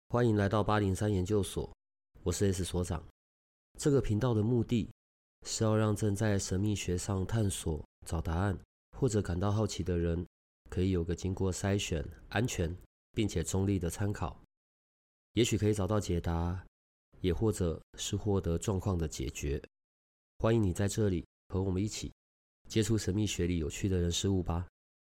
欢迎来到803研究所，我是 S 所长。这个频道的目的是要让正在神秘学上探索、找答案或者感到好奇的人，可以有个经过筛选、安全并且中立的参考，也许可以找到解答，也或者是获得状况的解决。欢迎你在这里和我们一起接触神秘学里有趣的人事物吧。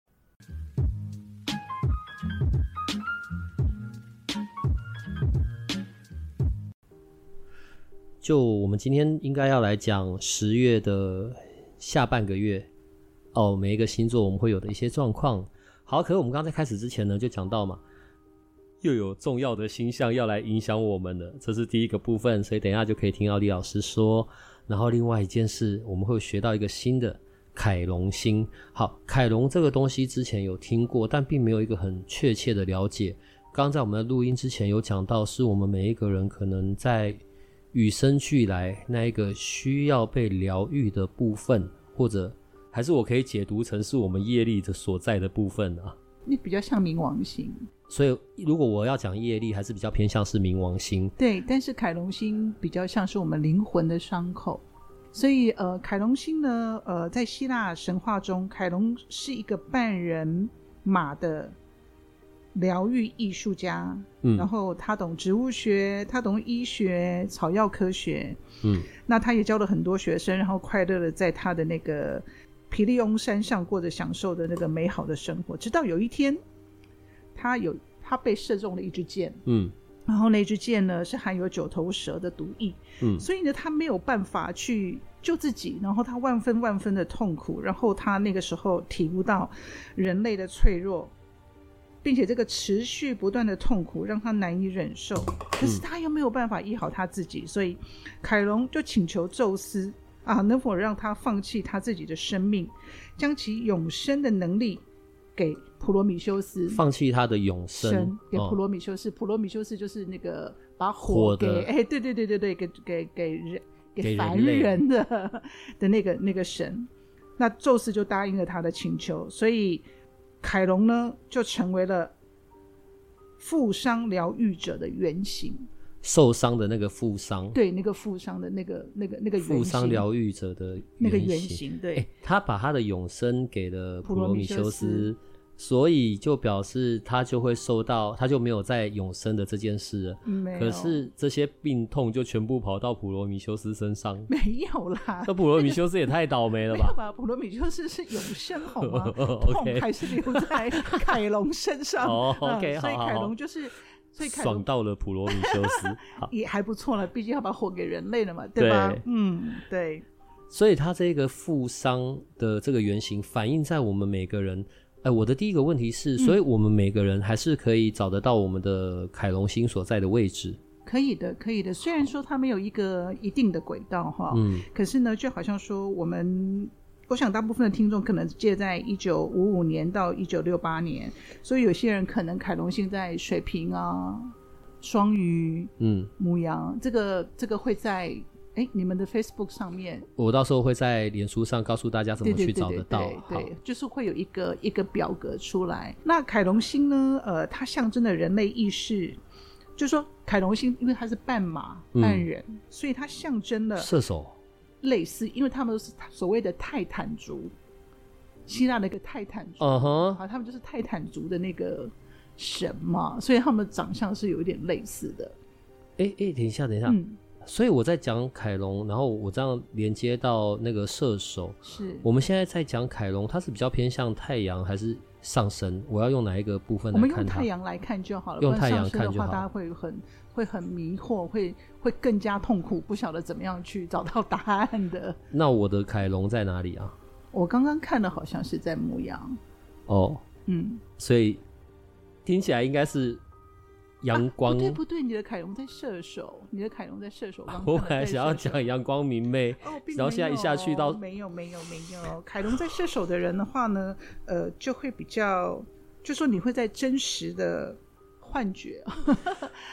就我们今天应该要来讲10月的下半个月每一个星座我们会有的一些状况。好，可是我们刚才开始之前呢，就讲到嘛，又有重要的星象要来影响我们了，这是第一个部分，所以等一下就可以听到李老师说。然后另外一件事，我们会学到一个新的凯龙星。好，凯龙这个东西之前有听过，但并没有一个很确切的了解。刚刚在我们的录音之前有讲到，是我们每一个人可能在与生俱来那一个需要被疗愈的部分，或者还是我可以解读成是我们业力的所在的部分啊。 你比较像冥王星， 所以如果我要讲业力，还是比较偏向是冥王星。 对，但是凯龙星比较像是我们灵魂的伤口。所以凯龙星呢在希腊神话中，凯龙是一个半人马的疗愈艺术家，然后他懂植物学，他懂医学、草药科学，那他也教了很多学生，然后快乐的在他的那个皮利翁山上过着享受的那个美好的生活。直到有一天，他被射中了一支箭，然后那支箭呢是含有9头蛇的毒液，所以呢他没有办法去救自己，然后他万分的痛苦，然后他那个时候体悟到人类的脆弱，并且这个持续不断的痛苦让他难以忍受，可是他又没有办法医好他自己，所以凯龙就请求宙斯能否让他放弃他自己的生命，将其永生的能力给普罗米修斯，放弃他的永生给普罗米修斯。普罗米修斯就是那个把火给对给凡人的那个神。那宙斯就答应了他的请求，所以凯龙呢就成为了负伤疗愈者的原型。受伤的那个负伤，对，那个负伤的那个原型，负伤疗愈者的那个原型，对，他把他的永生给了普罗米修斯，所以就表示他就会受到，他就没有在永生的这件事了。可是这些病痛就全部跑到普罗米修斯身上，没有啦。这普罗米修斯也太倒霉了吧？没有吧？普罗米修斯是永生好吗？痛还是留在凯龙身上。OK， 所以凯龙就是。爽到了普罗米修斯也还不错了，毕竟要把火给人类了嘛，对吧？对。所以他这个负伤的这个原型反映在我们每个人。我的第一个问题是，所以我们每个人还是可以找得到我们的凯龙星所在的位置？可以的，可以的。虽然说它没有一个一定的轨道哈，可是呢，就好像说我想大部分的听众可能介在1955年到1968年，所以有些人可能凯龙星在水瓶双鱼牡羊，这个会在你们的 Facebook 上面，我到时候会在脸书上告诉大家怎么去找得到。对，就是会有一个表格出来。那凯龙星呢它象征的人类意识，就是说凯龙星因为它是半马半人，所以它象征了射手，类似，因为他们都是所谓的泰坦族，希腊的一个泰坦族，他们就是泰坦族的那个神嘛，所以他们的长相是有一点类似的。等一下，所以我在讲凯龙，然后我这样连接到那个射手，是我们现在在讲凯龙，它是比较偏向太阳还是上升？我要用哪一个部分来看它？我们用太阳来看就好了，用太阳看就好。大家会很迷惑，会更加痛苦，不晓得怎么样去找到答案的。那我的凯龙在哪里啊？我刚刚看的好像是在牡羊。所以听起来应该是阳光。不对，你的凯龙在射手，我本来想要讲阳光明媚，然后现在一下去到没有。凯龙在射手的人的话呢，就会比较，就说你会在真实的幻觉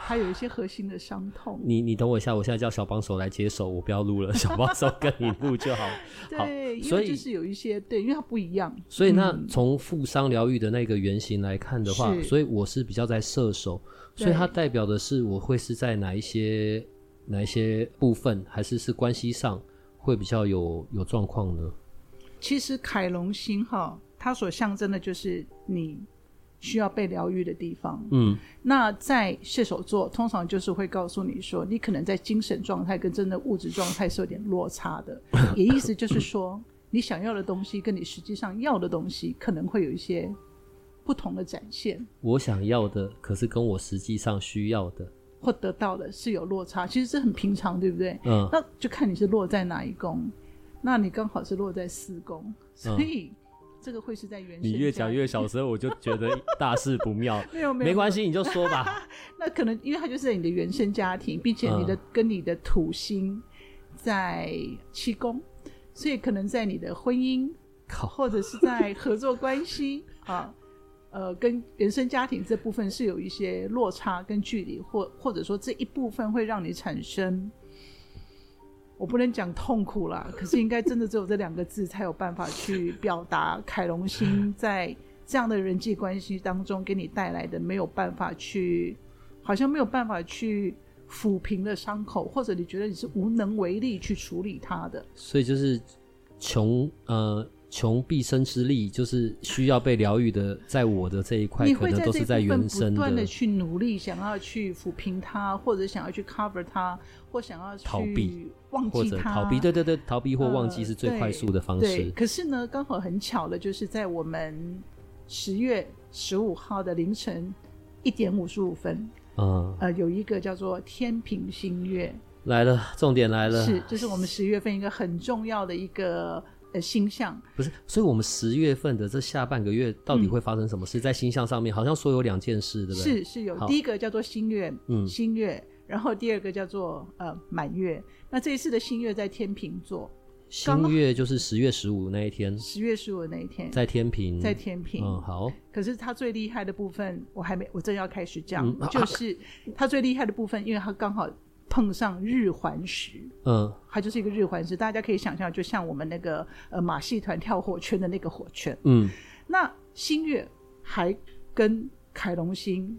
还有一些核心的伤痛。 你等我一下，我现在叫小帮手来接手，我不要录了，小帮手跟你录就好。 对，因为就是有一些对，因为它不一样。 所以那从负伤疗愈的那个原型来看的话，所以我是比较在射手，所以它代表的是我会是在哪一些部分，还是关系上会比较有状况呢？ 其实凯龙星它所象征的就是你需要被疗愈的地方。那在射手座通常就是会告诉你说，你可能在精神状态跟真的物质状态是有点落差的，也意思就是说你想要的东西跟你实际上要的东西可能会有一些不同的展现。我想要的可是跟我实际上需要的或得到的是有落差，其实这很平常，对不对？那就看你是落在哪一宫，那你刚好是落在4宫，所以这个会是在原生家庭。你越讲越小声，我就觉得大事不妙。没关系，你就说吧。那可能因为它就是在你的原生家庭，并且跟你的土星在7宫，所以可能在你的婚姻或者是在合作关系跟原生家庭这部分是有一些落差跟距离，或者说这一部分会让你产生，我不能讲痛苦啦，可是应该真的只有这2个字才有办法去表达凯龙星在这样的人际关系当中给你带来的好像没有办法去抚平的伤口，或者你觉得你是无能为力去处理它的。 所以就是穷毕生之力，就是需要被疗愈的，在我的这一块可能都是在原生的。你会在这部分不断的去努力，想要去抚平它，或者想要去 cover 它，或想要去逃避、 忘记它。 逃避，对，逃避或忘记是最快速的方式。 对，可是呢，刚好很巧的就是在我们10月15号的凌晨1点55分，有一个叫做天平新月来了，重点来了， 是，这是我们10月份一个很重要的一个星象。 不是，所以我们10月份的这下半个月到底会发生什么事？在星象上面好像说有2件事，对不对？ 是有，第一个叫做新月，然后第二个叫做满月。那这一次的新月在天秤座， 新月就是10月15那一天 ，10月15那一天在天秤， 好。可是它最厉害的部分我正要开始讲，就是它最厉害的部分，因为它刚好碰上日环食，它就是一个日环食，大家可以想象，就像我们那个马戏团跳火圈的那个火圈，那新月还跟凯龙星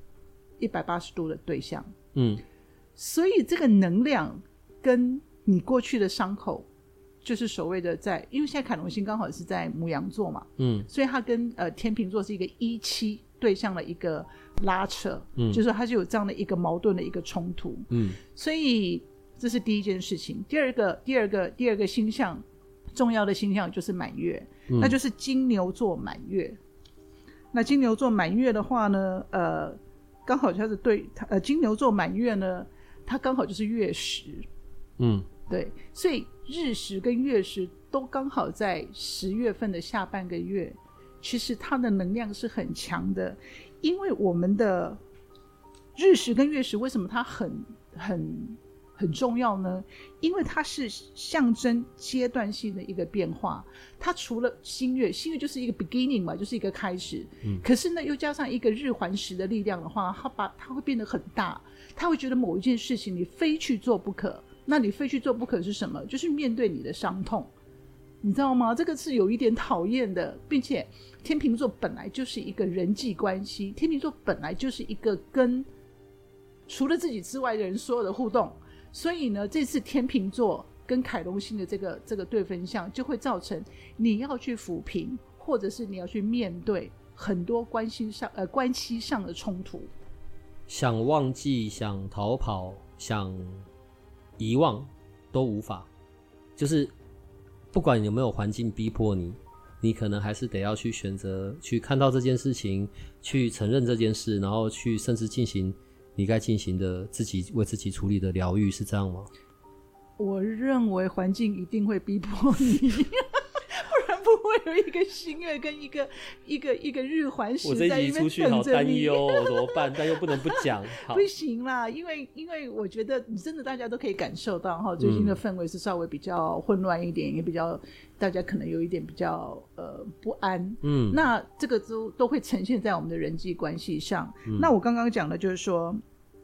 180度的对象，所以这个能量跟你过去的伤口，就是所谓的因为现在凯龙星刚好是在牡羊座嘛，所以它跟天秤座是一个17对象的一个拉扯，就是说它是有这样的一个矛盾的一个冲突，所以这是第一件事情。第二个星象，重要的星象就是满月，那就是金牛座满月。那金牛座满月的话呢，刚好它是金牛座满月呢，它刚好就是月食，对，所以日食跟月食都刚好在10月份的下半个月。其实它的能量是很强的，因为我们的日食跟月食为什么它很重要呢？因为它是象征阶段性的一个变化。它除了新月就是一个 beginning 嘛，就是一个开始，可是呢又加上一个日环食的力量的话，它会变得很大，它会觉得某一件事情你非去做不可。那你非去做不可是什么？就是面对你的伤痛，你知道吗？这个是有一点讨厌的，并且天秤座本来就是一个人际关系，天秤座本来就是一个跟除了自己之外的人所有的互动，所以呢，这次天秤座跟凯龙星的这个对分相，就会造成你要去抚平，或者是你要去面对很多关系上的冲突， 想忘记、想逃跑、想遗忘都无法，就是不管有没有环境逼迫你，你可能还是得要去选择去看到这件事情，去承认这件事，然后去甚至进行你该进行的自己为自己处理的疗愈，是这样吗？ 我认为环境一定会逼迫你不然不会有一个新月跟一个日环食在那边等着你。我这一集出去好担忧怎么办？但又不能不讲不行啦，因为我觉得真的大家都可以感受到最近的氛围是稍微比较混乱一点，也比较大家可能有一点比较不安，那这个都会呈现在我们的人际关系上。那我刚刚讲的就是说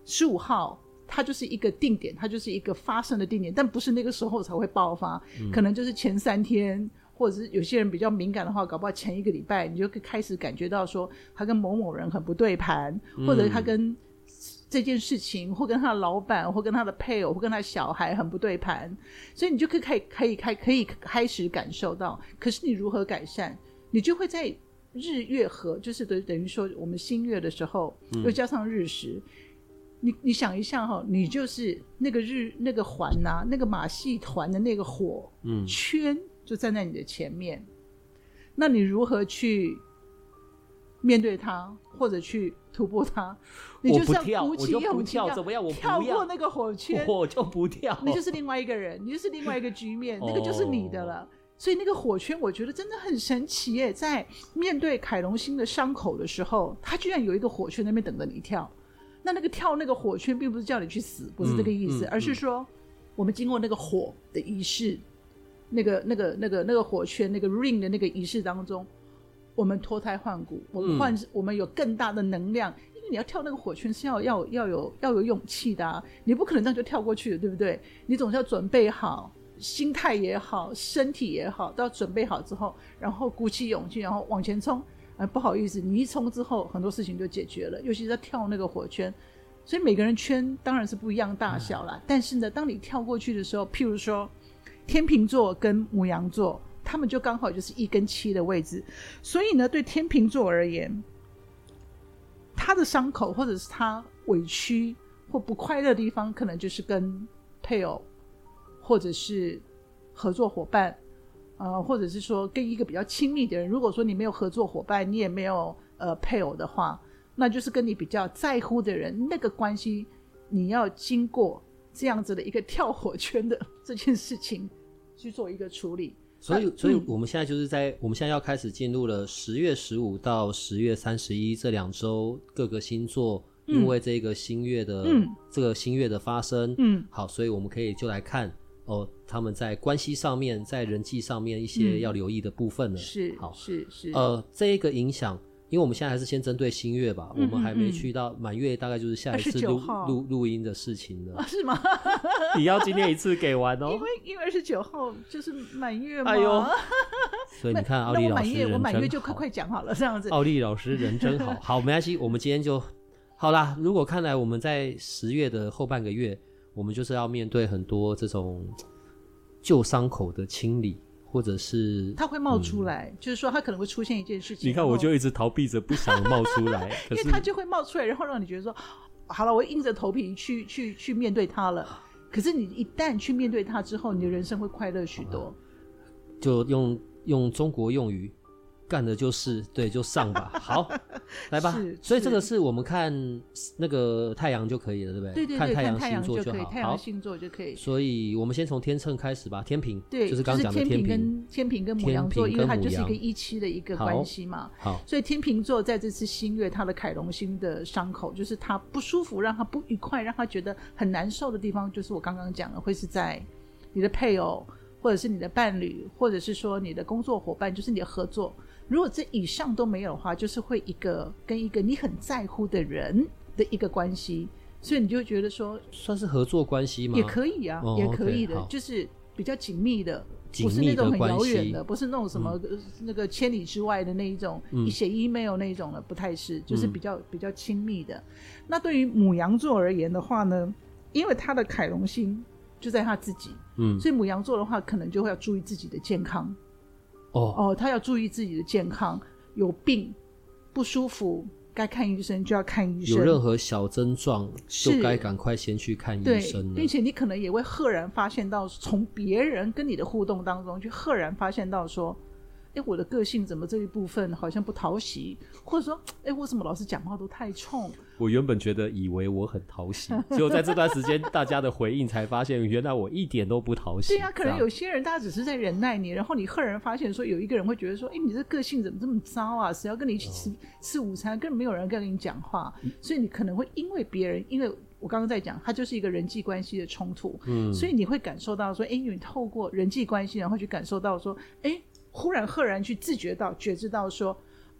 15号它就是一个定点，它就是一个发生的定点，但不是那个时候才会爆发，可能就是前3天，或者是有些人比较敏感的话，搞不好前1个礼拜你就开始感觉到说他跟某某人很不对盘，或者他跟这件事情或跟他的老板或跟他的配偶或跟他的小孩很不对盘，所以你就可以开始感受到。可是你如何改善，你就会在日月合，就是等于说我们新月的时候又加上日食，你想一下你就是那个环啊，那个马戏团的那个火圈就站在你的前面，那你如何去面对它，或者去突破它？你就像鼓起勇气怎么样？我不跳过那个火圈， 我就不跳， 你就是另外一个人，你就是另外一个局面，那个就是你的了。所以那个火圈我觉得真的很神奇耶，在面对凯龙星的伤口的时候，它居然有一个火圈在那边等着你跳。那个跳那个火圈并不是叫你去死，不是这个意思，而是说我们经过那个火的仪式，那个火圈那个 ring 的那个仪式当中，我们脱胎换骨，我们有更大的能量，因为你要跳那个火圈是要有勇气的啊，你不可能这样就跳过去了，对不对？你总是要准备好，心态也好，身体也好，都要准备好之后，然后鼓起勇气，然后往前冲。不好意思，你一冲之后很多事情就解决了，尤其是在跳那个火圈，所以每个人圈当然是不一样大小啦，但是呢当你跳过去的时候，譬如说天秤座跟牡羊座，他们就刚好就是1跟7的位置，所以呢对天秤座而言，他的伤口或者是他委屈或不快乐的地方，可能就是跟配偶或者是合作伙伴或者是说跟一个比较亲密的人，如果说你没有合作伙伴，你也没有配偶的话，那就是跟你比较在乎的人，那个关系你要经过这样子的一个跳火圈的这件事情去做一个处理。 所以我们现在就是我们现在要开始进入了10月15到10月31这2周各个星座因为这个新月的这个新月的发生好，所以我们可以就来看他们在关系上面在人际上面一些要留意的部分了。 是好是这一个影响，因为我们现在还是先针对新月吧，我们还没去到满月，大概就是下一次录音的事情了。 是吗？ 你要今天一次给完因为29号就是满月嘛。 哎呦，所以你看奥利老师人真好， 我满月就快讲好了这样子。 奥利老师人真好。好，没关系，我们今天就好啦。如果看来我们在10月的后半个月，我们就是要面对很多这种旧伤口的清理，或者是它会冒出来，就是说它可能会出现一件事情， 你看我就一直逃避着不想冒出来因为它就会冒出来，然后让你觉得说好了，我硬着头皮去面对它了。可是你一旦去面对它之后，你的人生会快乐许多。 就用中国用语，干的就是对，就上吧。好，来吧。所以这个是我们看那个太阳就可以了，对不对？ 对对对， 看太阳星座就好。 太阳星座就可以。 所以我们先从天秤开始吧。天秤， 对， 就是刚讲的天秤跟牡羊座，因为它就是一个17的一个关系嘛。 好， 所以天秤座在这次新月，它的凯龙星的伤口，就是它不舒服，让它不愉快，让它觉得很难受的地方，就是我刚刚讲的，会是在你的配偶，或者是你的伴侣，或者是说你的工作伙伴，就是你的合作。如果这以上都没有的话，就是会跟一个你很在乎的人的一个关系，所以你就会觉得说算是合作关系吗？ 也可以啊，也可以的，就是比较紧密的，不是那种很遥远的，不是那种什么那个千里之外的那一种，写 email 那一种的，不太是，就是比较亲密的。那对于牡羊座而言的话呢，因为他的凯龙星就在他自己，所以牡羊座的话可能就会要注意自己的健康。他要注意自己的健康，有病不舒服该看医生就要看医生， 有任何小症状就该赶快先去看医生了。 并且你可能也会赫然发现到，从别人跟你的互动当中就赫然发现到说，我的个性怎么这一部分好像不讨喜，或者说为什么老是讲话都太冲。 我原本以为我很讨喜，结果在这段时间大家的回应才发现原来我一点都不讨喜。 对啊，可能有些人大家只是在忍耐你，然后你赫然发现说有一个人会觉得说你这个性怎么这么糟啊，谁要跟你一起吃午餐，根本没有人跟你讲话。所以你可能会因为别人，因为我刚刚在讲它就是一个人际关系的冲突，所以你会感受到说你透过人际关系然后去感受到说赫然去觉知到说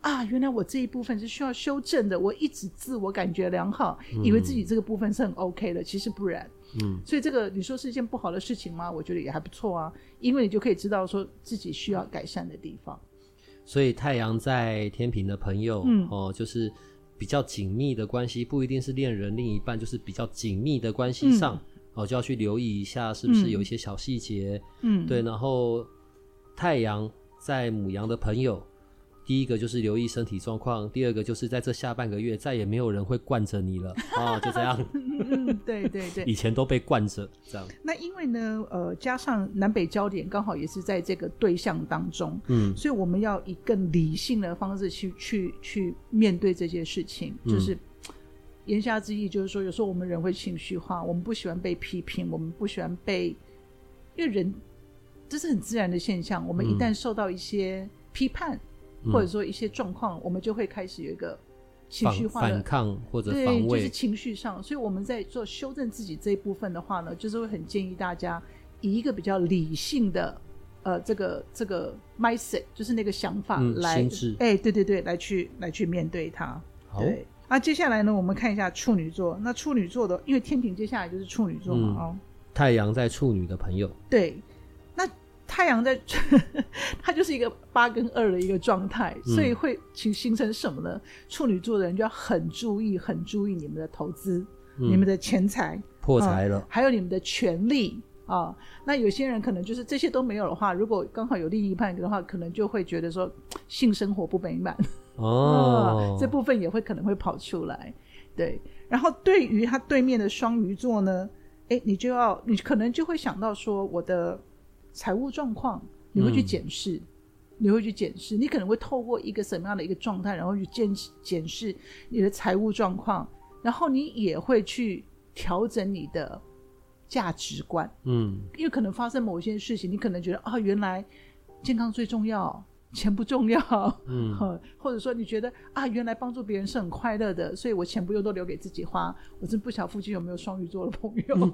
啊，原来我这一部分是需要修正的，我一直自我感觉良好，以为自己这个部分是很 OK 的，其实不然。所以这个你说是一件不好的事情吗？我觉得也还不错啊，因为你就可以知道说自己需要改善的地方。 所以太阳在天秤的朋友，就是比较紧密的关系，不一定是恋人另一半，就是比较紧密的关系上，就要去留意一下是不是有一些小细节。对，然后太阳在牡羊的朋友，第一个就是留意身体状况，第二个就是在这下半个月再也没有人会惯着你了就这样。 对对对， 以前都被惯着这样。 那因为呢加上南北焦点刚好也是在这个对象当中，所以我们要以更理性的方式去面对这件事情，就是言下之意就是说，有时候我们人会情绪化，我们不喜欢被批评，我们不喜欢被，因为人这是很自然的现象，我们一旦受到一些批判，或者说一些状况，我们就会开始有一个情绪化的反抗或者防卫， 对，就是情绪上。所以我们在做修正自己这一部分的话呢，就是会很建议大家以一个比较理性的这个 mindset， 就是那个想法来， 心智， 对对对，来去面对它。对。接下来呢，我们看一下处女座。那处女座的，因为天平接下来就是处女座嘛， 太阳在处女的朋友， 对，那太阳在它就是一个8跟2的一个状态，所以会形成什么呢？处女座的人就要很注意你们的投资，你们的钱财破财了， 还有你们的权利那有些人可能就是这些都没有的话，如果刚好有另一半的话，可能就会觉得说性生活不美满这部分也会可能会跑出来。对，然后对于他对面的双鱼座呢，你可能就会想到说，我的财务状况你会去检视，你可能会透过一个什么样的一个状态，然后去检视你的财务状况，然后你也会去调整你的价值观。因为可能发生某些事情，你可能觉得原来健康最重要，钱不重要，或者说你觉得原来帮助别人是很快乐的，所以我钱不用都留给自己花。我真不晓得附近有没有双鱼座的朋友。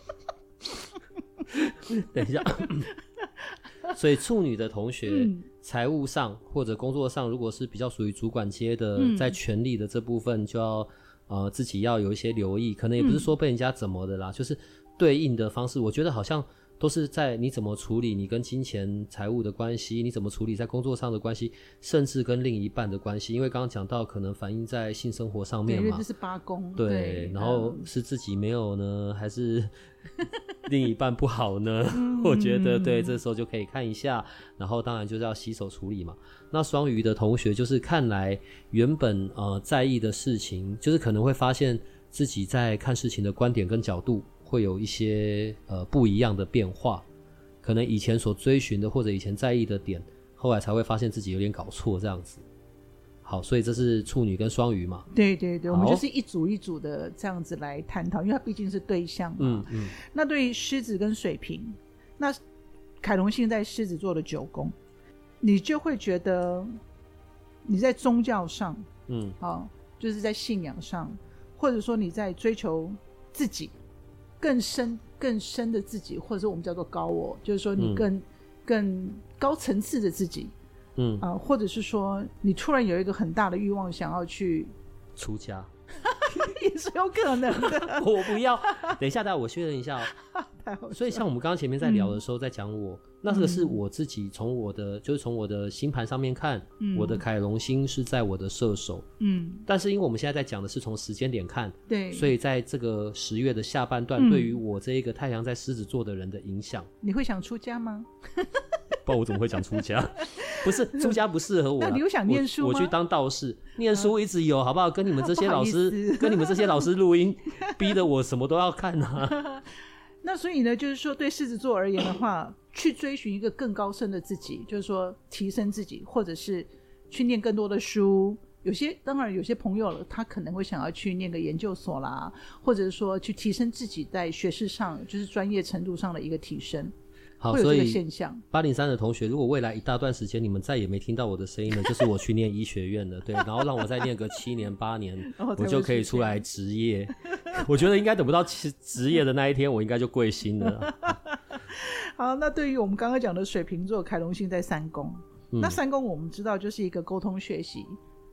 等一下所以处女的同学，财务上或者工作上如果是比较属于主管阶的，在权力的这部分就要自己要有一些留意，可能也不是说被人家怎么的啦，就是对应的方式，我觉得好像都是在你怎么处理你跟金钱财务的关系，你怎么处理在工作上的关系，甚至跟另一半的关系，因为刚刚讲到可能反映在性生活上面嘛， 因为这是8宫， 对，然后是自己没有呢，还是另一半不好呢我觉得对，这时候就可以看一下，然后当然就是要洗手处理嘛。那双鱼的同学就是看来原本在意的事情，就是可能会发现自己在看事情的观点跟角度会有一些不一样的变化，可能以前所追寻的或者以前在意的点，后来才会发现自己有点搞错这样子。好，所以这是处女跟双鱼嘛。 对对对，我们就是一组一组的这样子来探讨，因为它毕竟是对象嘛。那对于狮子跟水瓶，那凯龙星在狮子座的9宫，你就会觉得你在宗教上就是在信仰上，或者说你在追求自己更深的自己，或者说我们叫做高我，就是说你更高层次的自己，或者是说你突然有一个很大的欲望想要去出家也是有可能的我不要，等一下我确认一下所以像我们刚刚前面在聊的时候在讲我，那这个是我自己从我的星盘上面看，我的凯龙星是在我的射手，但是因为我们现在在讲的是从时间点看， 对， 所以在这个10月的下半段，对于我这一个太阳在狮子座的人的影响， 你会想出家吗？ 不然我怎么会讲出家不是，出家不适合我啦。 那你有想念书吗？ 我去当道士，念书一直有好不好？跟你们这些老师跟你们这些老师录音逼得我什么都要看啊那所以呢，就是说对狮子座而言的话，去追寻一个更高深的自己，就是说提升自己，或者是去念更多的书。当然有些朋友他可能会想要去念个研究所啦，或者是说去提升自己在学识上，就是专业程度上的一个提升。 好， 会有这个现象。 803的同学，如果未来一大段时间你们再也没听到我的声音了，就是我去念医学院了，对，然后让我再念个7年8年我就可以出来职业我觉得应该等不到职业的那一天我应该就贵心了好，那对于我们刚刚讲的水瓶座，凯龙星在3宫，那3宫我们知道就是一个沟通学习，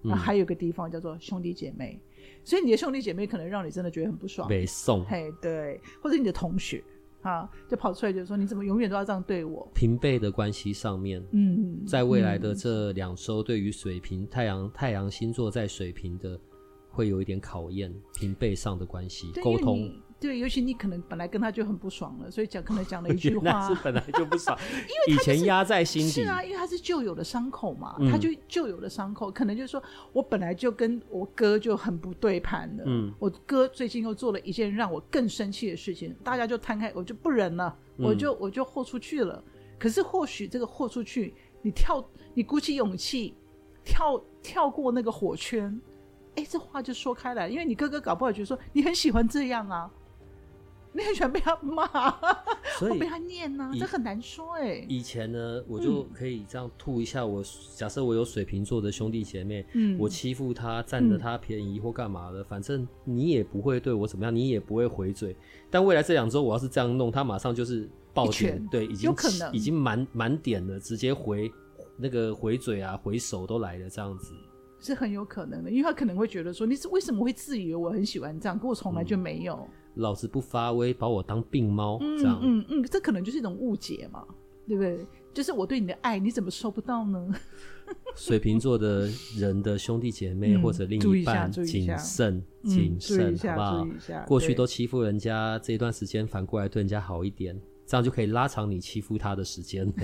然后还有一个地方叫做兄弟姐妹，所以你的兄弟姐妹可能让你真的觉得很不爽， 北宋嘿，对，或者你的同学啊，就跑出来就说你怎么永远都要这样对我。 平辈的关系上面，在未来的这2周，对于水瓶太阳星座在水瓶的会有一点考验，平辈上的关系沟通。 对，尤其你可能本来跟他就很不爽了，所以可能讲了一句话， 那是本来就不爽，因为以前压在心底。 是啊，因为他是旧有的伤口嘛，他就旧有的伤口，可能就是说我本来就跟我哥就很不对盘了，我哥最近又做了一件让我更生气的事情，大家就摊开，我就不忍了，我就豁出去了。可是或许这个豁出去，你鼓起勇气跳过那个火圈，这话就说开来，因为你哥哥搞不好觉得说你很喜欢这样啊，你很喜欢被他骂，或被他念啊，这很难说以前呢，我就可以这样吐一下，假设我有水瓶座的兄弟姐妹，我欺负他，占了他便宜或干嘛的，反正你也不会对我怎么样，你也不会回嘴。但未来这2周我要是这样弄，他马上就是爆点，对，已经满点了，直接回嘴啊，回手都来了，这样子。 是很有可能的，因为他可能会觉得说你为什么会自以为我很喜欢这样，可我从来就没有， 老子不发威，把我当病猫，这样这可能就是一种误解嘛，对不对？就是我对你的爱你怎么收不到呢？ 水瓶座的人的兄弟姐妹或者另一半谨慎好不好？过去都欺负人家，这一段时间反过来对人家好一点，这样就可以拉长你欺负他的时间。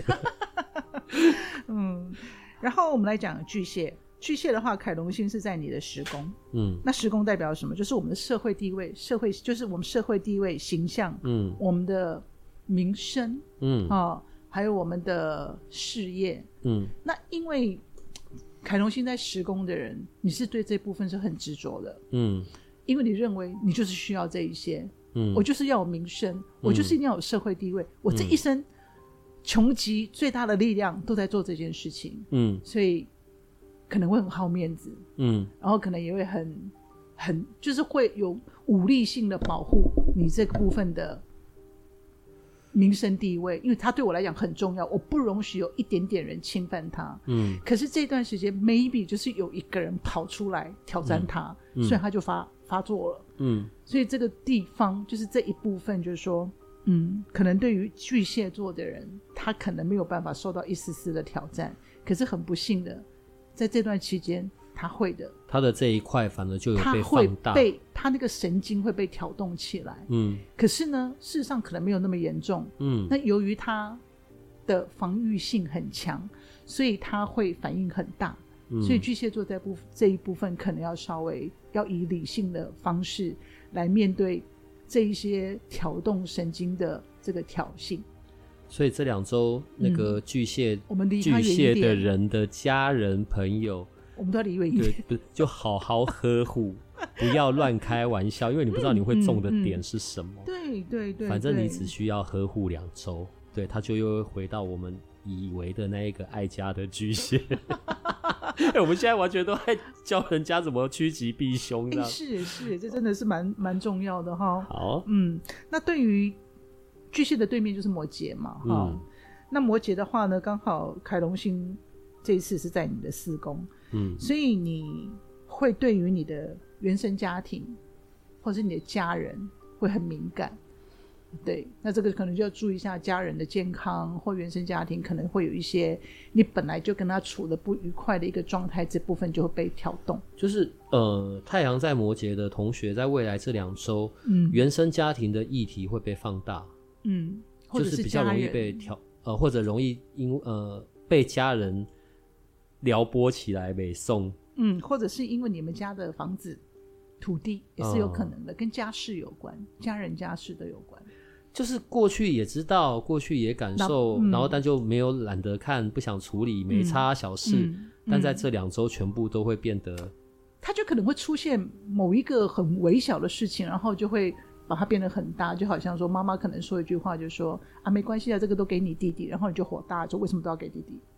然后我们来讲巨蟹的话，凯龙星是在你的10宫，那10宫代表什么？就是我们的社会地位，就是我们社会地位、形象，我们的名声，还有我们的事业，那因为凯龙星在10宫的人，你是对这部分是很执着的，因为你认为你就是需要这一些，我就是要有名声，我就是一定要有社会地位，我这一生穷极最大的力量都在做这件事情，所以可能会很好面子，然后可能也会很就是会有武力性的保护你这个部分的民生地位，因为他对我来讲很重要，我不容许有一点点人侵犯他。可是这段时间 maybe 就是有一个人跑出来挑战他，所以他就发作了。所以这个地方就是这一部分，就是说，可能对于巨蟹座的人，他可能没有办法受到一丝丝的挑战，可是很不幸的，在这段期间他会的， 他的这一块反而就有被放大， 他那个神经会被挑动起来。可是呢事实上可能没有那么严重。那由于他的防御性很强，所以他会反应很大。所以巨蟹座在这一部分可能要稍微要以理性的方式来面对这一些挑动神经的这个挑衅。 所以这2周那个巨蟹， 我们离他远一点， 巨蟹的人的家人朋友， 我们都要离远一点， 对，就好好呵护，不要乱开玩笑，因为你不知道你会中的点是什么。 对， 反正你只需要呵护2周，对，他就又会回到我们以为的那一个爱家的巨蟹。我们现在完全都在教人家怎么趋吉避凶， 是，这真的是蛮重要的哈。 好， 那对于巨蟹的对面就是摩羯嘛，那摩羯的话呢，刚好凯龙星这一次是在你的4宫，所以你会对于你的原生家庭或是你的家人会很敏感。对，那这个可能就要注意一下家人的健康，或原生家庭可能会有一些你本来就跟他处的不愉快的一个状态，这部分就会被挑动。 就是太阳在摩羯的同学在未来这2周，原生家庭的议题会被放大， 或者就是比较容易被或者容易被家人撩拨起来北宋， 或者是因为你们家的房子土地也是有可能的，跟家事有关，家人家事都有关。 就是过去也知道，过去也感受，然后但就没有懒得看，不想处理，没差小事，但在这2周全部都会变得， 它就可能会出现某一个很微小的事情，然后就会把它变得很大，就好像说妈妈可能说一句话，就说啊没关系啊，这个都给你弟弟，然后你就火大，就为什么都要给弟弟？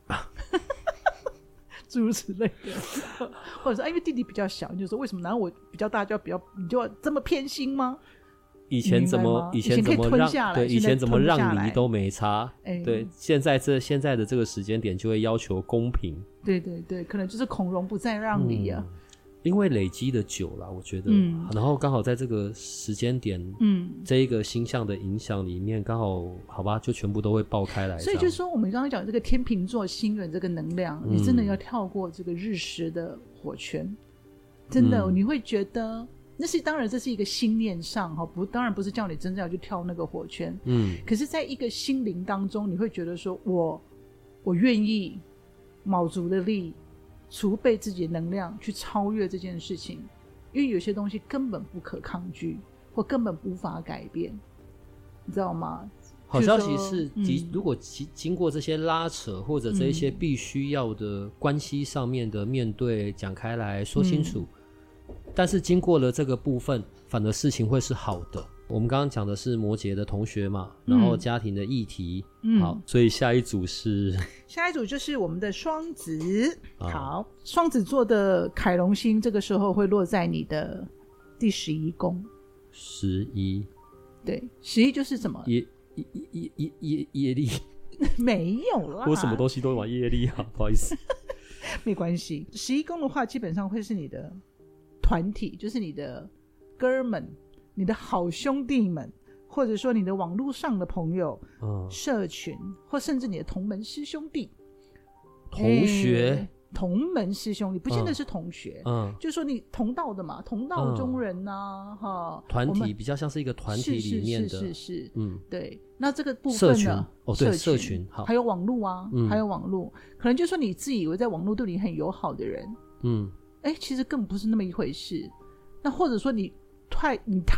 诸如此类的，或者说因为弟弟比较小，你就说为什么难道我比较大就要你就要这么偏心吗？ 以前怎么让对以前怎么让梨都没差，对，现在的这个时间点就会要求公平， 对对对，可能就是孔融不再让梨啊， 因为累积的久了，我觉得，然后刚好在这个时间点，这一个星象的影响里面，刚好好吧，就全部都会爆开来。 所以就是说，我们刚刚讲这个天秤座星人这个能量，你真的要跳过这个日食的火圈，真的，你会觉得。当然这是一个心念上当然不是叫你真正要去跳那个火圈，可是在一个心灵当中，你会觉得说我愿意卯足了力储备自己的能量去超越这件事情，因为有些东西根本不可抗拒或根本无法改变，你知道吗？ 好消息是如果经过这些拉扯或者这一些必须要的关系上面的面对讲开来说清楚，但是经过了这个部分，反而事情会是好的。我们刚刚讲的是摩羯的同学嘛，然后家庭的议题，好，所以下一组就是我们的双子。好，双子座的凯龙星这个时候会落在你的第11宫。 11， 对，11就是什么？ 业力没有啦， 我什么东西都往业力啊，不好意思。 没关系，11宫的话基本上会是你的团体，就是你的哥们、你的好兄弟们，或者说你的网络上的朋友、社群，或甚至你的同门师兄弟、 同学、 同门师兄弟，不见得是同学，就是说你同道的嘛，同道中人啊， 团体比较像是一个团体里面的， 是，对。那这个部分呢？ 对，社群，好， 还有网络啊，还有网络，可能就是说你自以为在网络对你很友好的人，其实根本不是那么一回事。那或者说你太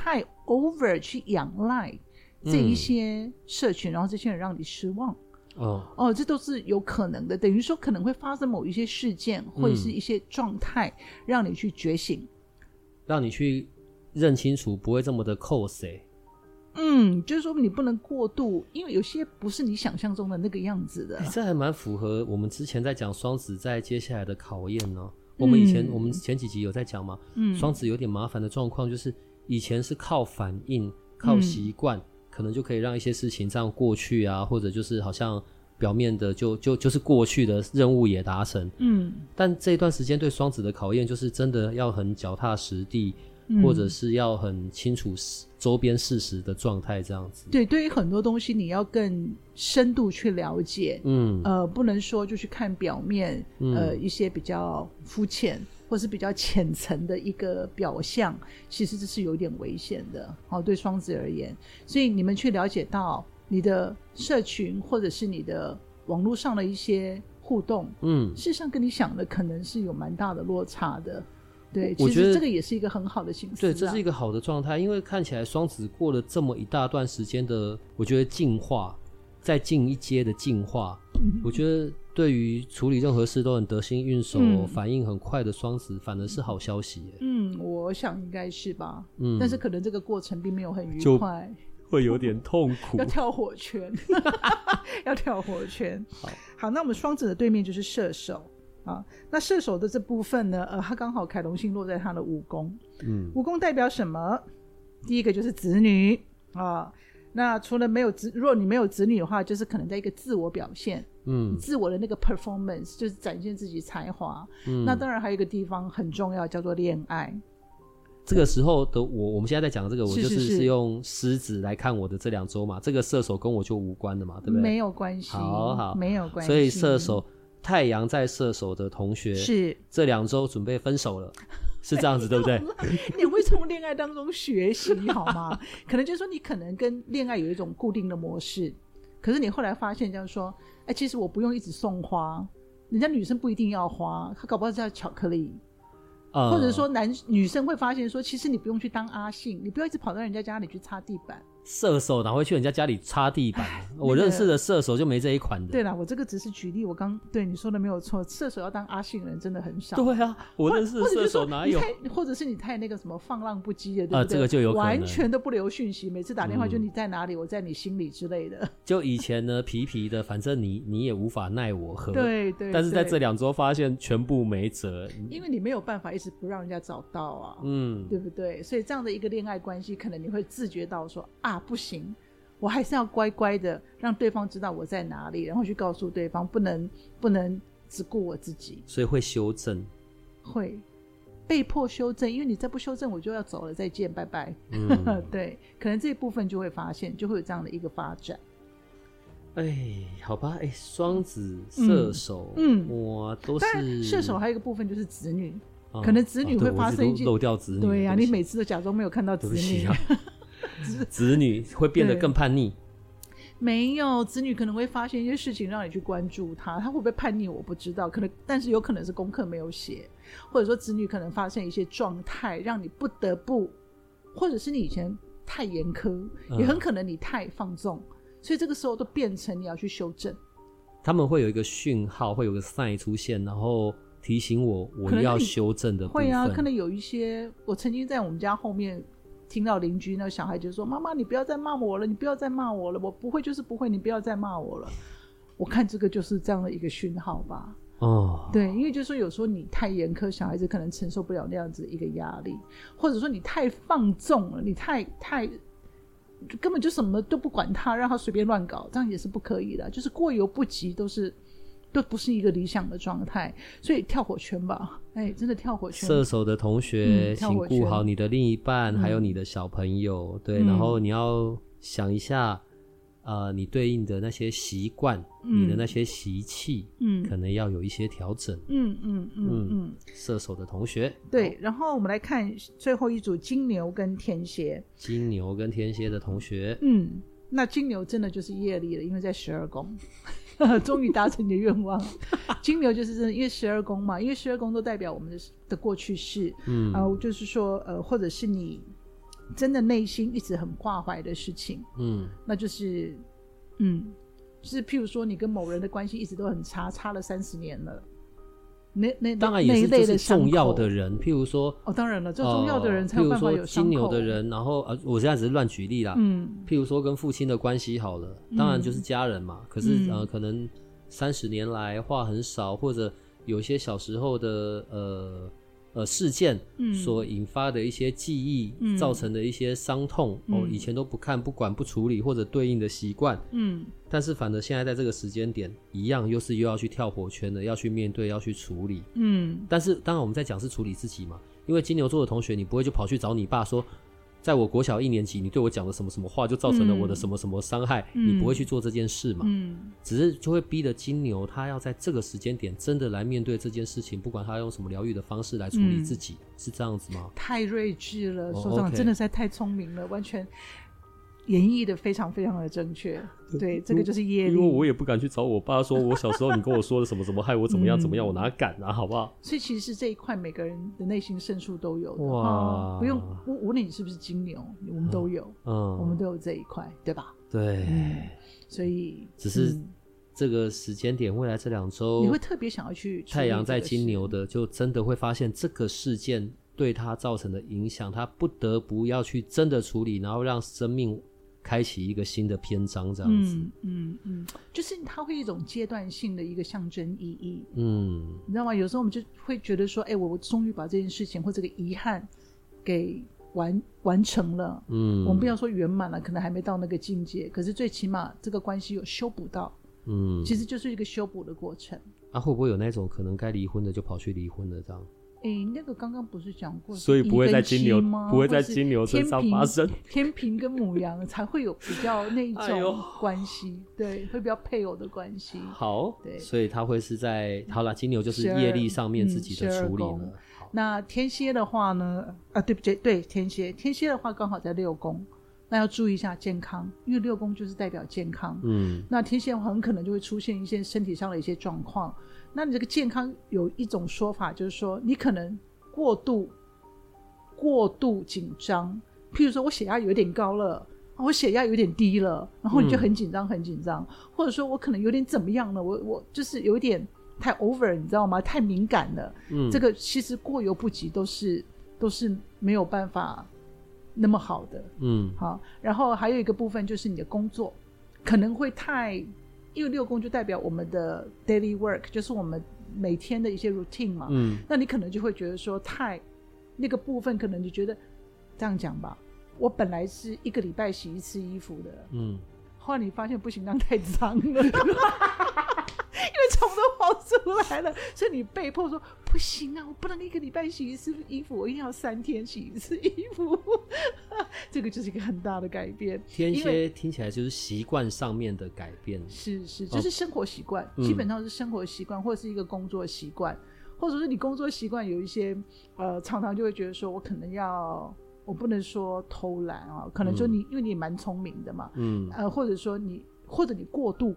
over 去仰赖这一些社群，然后这些人让你失望。这都是有可能的。等于说可能会发生某一些事件，或者是一些状态，让你去觉醒， 让你去认清楚，不会这么的扣谁。 就是说你不能过度，因为有些不是你想象中的那个样子的。 这还蛮符合我们之前在讲双子在接下来的考验呢。我们前几集有在讲嘛，双子有点麻烦的状况就是以前是靠反应、靠习惯，可能就可以让一些事情这样过去啊，或者就是好像表面的就是过去的任务也达成。但这一段时间对双子的考验就是真的要很脚踏实地，或者是要很清楚周边事实的状态这样子。对， 对于很多东西你要更深度去了解，不能说就去看表面，一些比较肤浅或是比较浅层的一个表象，其实这是有点危险的，对双子而言。所以你们去了解到你的社群或者是你的网络上的一些互动，事实上跟你想的可能是有蛮大的落差的。对，其实这个也是一个很好的形式。 对，这是一个好的状态，因为看起来双子过了这么一大段时间的，我觉得进化，再进一阶的进化，我觉得对于处理任何事都很得心应手，反应很快的双子，反而是好消息耶。 我想应该是吧。但是可能这个过程并没有很愉快， 会有点痛苦。 要跳火圈，要跳火圈。好，那我们双子的对面就是射手。那射手的这部分呢，他刚好凯龙星落在他的5宫。5宫代表什么？第一个就是子女啊。那除了如果你没有子女的话，就是可能在一个自我表现，自我的那个 performance， 就是展现自己才华。那当然还有一个地方很重要，叫做恋爱。 这个时候的我们现在在讲这个，我就是用狮子来看我的这2周嘛，这个射手跟我就无关的嘛，对不对？ 没有关系，好，没有关系。 所以射手太阳在射手的同学是这 2周准备分手了，是这样子对不对？ 你会从恋爱当中学习好吗？可能就是说你可能跟恋爱有一种固定的模式，可是你后来发现这样说，其实我不用一直送花，人家女生不一定要花，她搞不好是要巧克力。或者说女生会发现说，其实你不用去当阿信，你不要一直跑到人家家里去擦地板， 射手哪会去人家家里擦地板？我认识的射手就没这一款的。 对啦，我这个只是举例，我刚对你说的没有错，射手要当阿信人真的很少。 对啊，我认识的射手哪有？ 或者是你太那个什么放浪不羁的，对不对？ 这个就有可能完全都不留讯息，每次打电话就你在哪里，我在你心里之类的。 就以前呢，皮皮的，反正你也无法奈我何。 对对。 但是在这2周发现全部没辙， 因为你没有办法一直不让人家找到啊，对不对？所以这样的一个恋爱关系，可能你会自觉到说啊，不行。我还是要乖乖的让对方知道我在哪里，然后去告诉对方，不能只顾我自己。 所以会修正， 会被迫修正，因为你再不修正我就要走了，再见，拜拜。对，可能这一部分就会发现，就会有这样的一个发展。 好吧，双子、射手，哇，都是。 当然，射手还有一个部分就是子女，可能子女会发生一件漏掉子女。 对呀，你每次都假装没有看到子女。 子女会变得更叛逆。 没有，子女可能会发现一些事情让你去关注他会不会叛逆我不知道，但是有可能是功课没有写，或者说子女可能发生一些状态让你不得不，或者是你以前太严苛，也很可能你太放纵，所以这个时候都变成你要去修正。 他们会有一个讯号，会有个 sign 出现，然后提醒我要修正的部分。 会啊，可能有一些，我曾经在我们家后面听到邻居那个小孩就说，妈妈你不要再骂我了，你不要再骂我了，我不会就是不会，你不要再骂我了。我看这个就是这样的一个讯号吧。对，因为就是说有时候你太严苛，小孩子可能承受不了那样子一个压力，或者说你太放纵了，你太根本就什么都不管他，让他随便乱搞，这样也是不可以的，就是过犹不及都不是一个理想的状态，所以跳火圈吧，真的跳火圈。射手的同学，请顾好你的另一半，还有你的小朋友，对，然后你要想一下，你对应的那些习惯，你的那些习气，可能要有一些调整。射手的同学， 对，然后我们来看最后一组金牛跟天蝎。 金牛跟天蝎的同学， 那金牛真的就是业力了，因为在12宫。终于达成你的愿望。金牛就是真的，因为12宫嘛，因为12宫都代表我们的过去式，就是说或者是你真的内心一直很挂怀的事情，那就是就是譬如说你跟某人的关系一直都很差了30年了，那当然也是就是重要的人，譬如说当然了，这重要的人才有办法有伤口。 金牛的人，然后我现在只是乱举例啦，譬如说跟父亲的关系好了，当然就是家人嘛，可是可能30年来话很少，或者有一些小时候的事件所引发的一些记忆，造成的一些伤痛，以前都不看不管不处理，或者对应的习惯，但是反正现在在这个时间点一样又要去跳火圈的，要去面对，要去处理。但是当然我们在讲是处理自己嘛，因为金牛座的同学你不会就跑去找你爸说，在我国小1年级你对我讲了什么什么话就造成了我的什么什么伤害，你不会去做这件事嘛。只是就会逼得金牛他要在这个时间点真的来面对这件事情，不管他用什么疗愈的方式来处理自己，是这样子吗？ 太睿智了，所长真的实在太聪明了，完全演绎的非常非常的正确。对，这个就是业力。因为我也不敢去找我爸说我小时候你跟我说的什么什么害我怎么样怎么样，我哪敢啊，好不好？ 所以其实这一块每个人的内心深处都有的。哇，不用无论你是不是金牛，我们都有，我们都有这一块，对吧？ 对， 所以只是这个时间点，未来这2周你会特别想要去太阳在金牛的，就真的会发现这个事件对他造成的影响，他不得不要去真的处理，然后让生命开启一个新的篇章，这样子。 就是它会一种阶段性的一个象征意义。你知道吗？有时候我们就会觉得说，我终于把这件事情或这个遗憾给完成了。我们不要说圆满了，可能还没到那个境界，可是最起码这个关系有修补到。其实就是一个修补的过程。会不会有那种可能该离婚的就跑去离婚的这样？ 那个刚刚不是讲过， 所以不会在金牛，不会在金牛身上发生。 天平跟牡羊才会有比较那一种关系，对，会比较配偶的关系。 好，对，所以他会是在好了，金牛就是业力上面自己的处理了。 那天蝎的话呢？对不对？对，天蝎的话刚好在6宫。那要注意一下健康，因为6宫就是代表健康。那天蝎很可能就会出现一些身体上的一些状况。那你这个健康有一种说法，就是说你可能过度紧张，譬如说我血压有点高了， 我血压有点低了，然后你就很紧张很紧张，或者说我可能有点怎么样了，我就是有点太 over 你知道吗？太敏感了，这个其实过犹不及都是没有办法那么好的。好，然后还有一个部分就是你的工作可能会太，因为六宫就代表我们的 daily work， 就是我们每天的一些 routine 嘛，那你可能就会觉得说太那个部分可能就觉得这样讲吧，我本来是1个礼拜洗1次衣服的，后来你发现不行，那样太脏了因为虫都跑出来了，所以你被迫说不行啊，我不能1个礼拜洗1次衣服，我一定要3天洗1次衣服这个就是一个很大的改变。 天蝎听起来就是习惯上面的改变， 是就是生活习惯，基本上是生活习惯，或者是一个工作习惯，或者是你工作习惯有一些常常就会觉得说我可能要，我不能说偷懒啊，可能说你因为你也蛮聪明的嘛，或者说你过度，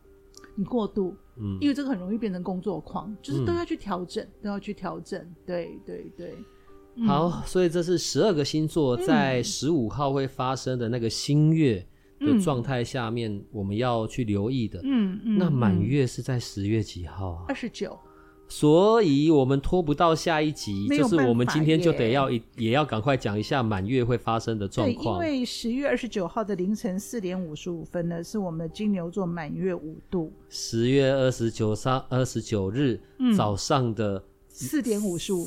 因为这个很容易变成工作狂，就是都要去调整，对对对。 好，所以这是12个星座在15号会发生的那个新月的状态下面，我们要去留意的。那满月是在10月几号啊 ？29。 所以我们拖不到下一集，就是我们今天就得也要赶快讲一下满月会发生的状况。 对，因为10月29号的凌晨4点55分呢，是我们的金牛座满月5度。 10月29日早上的 4点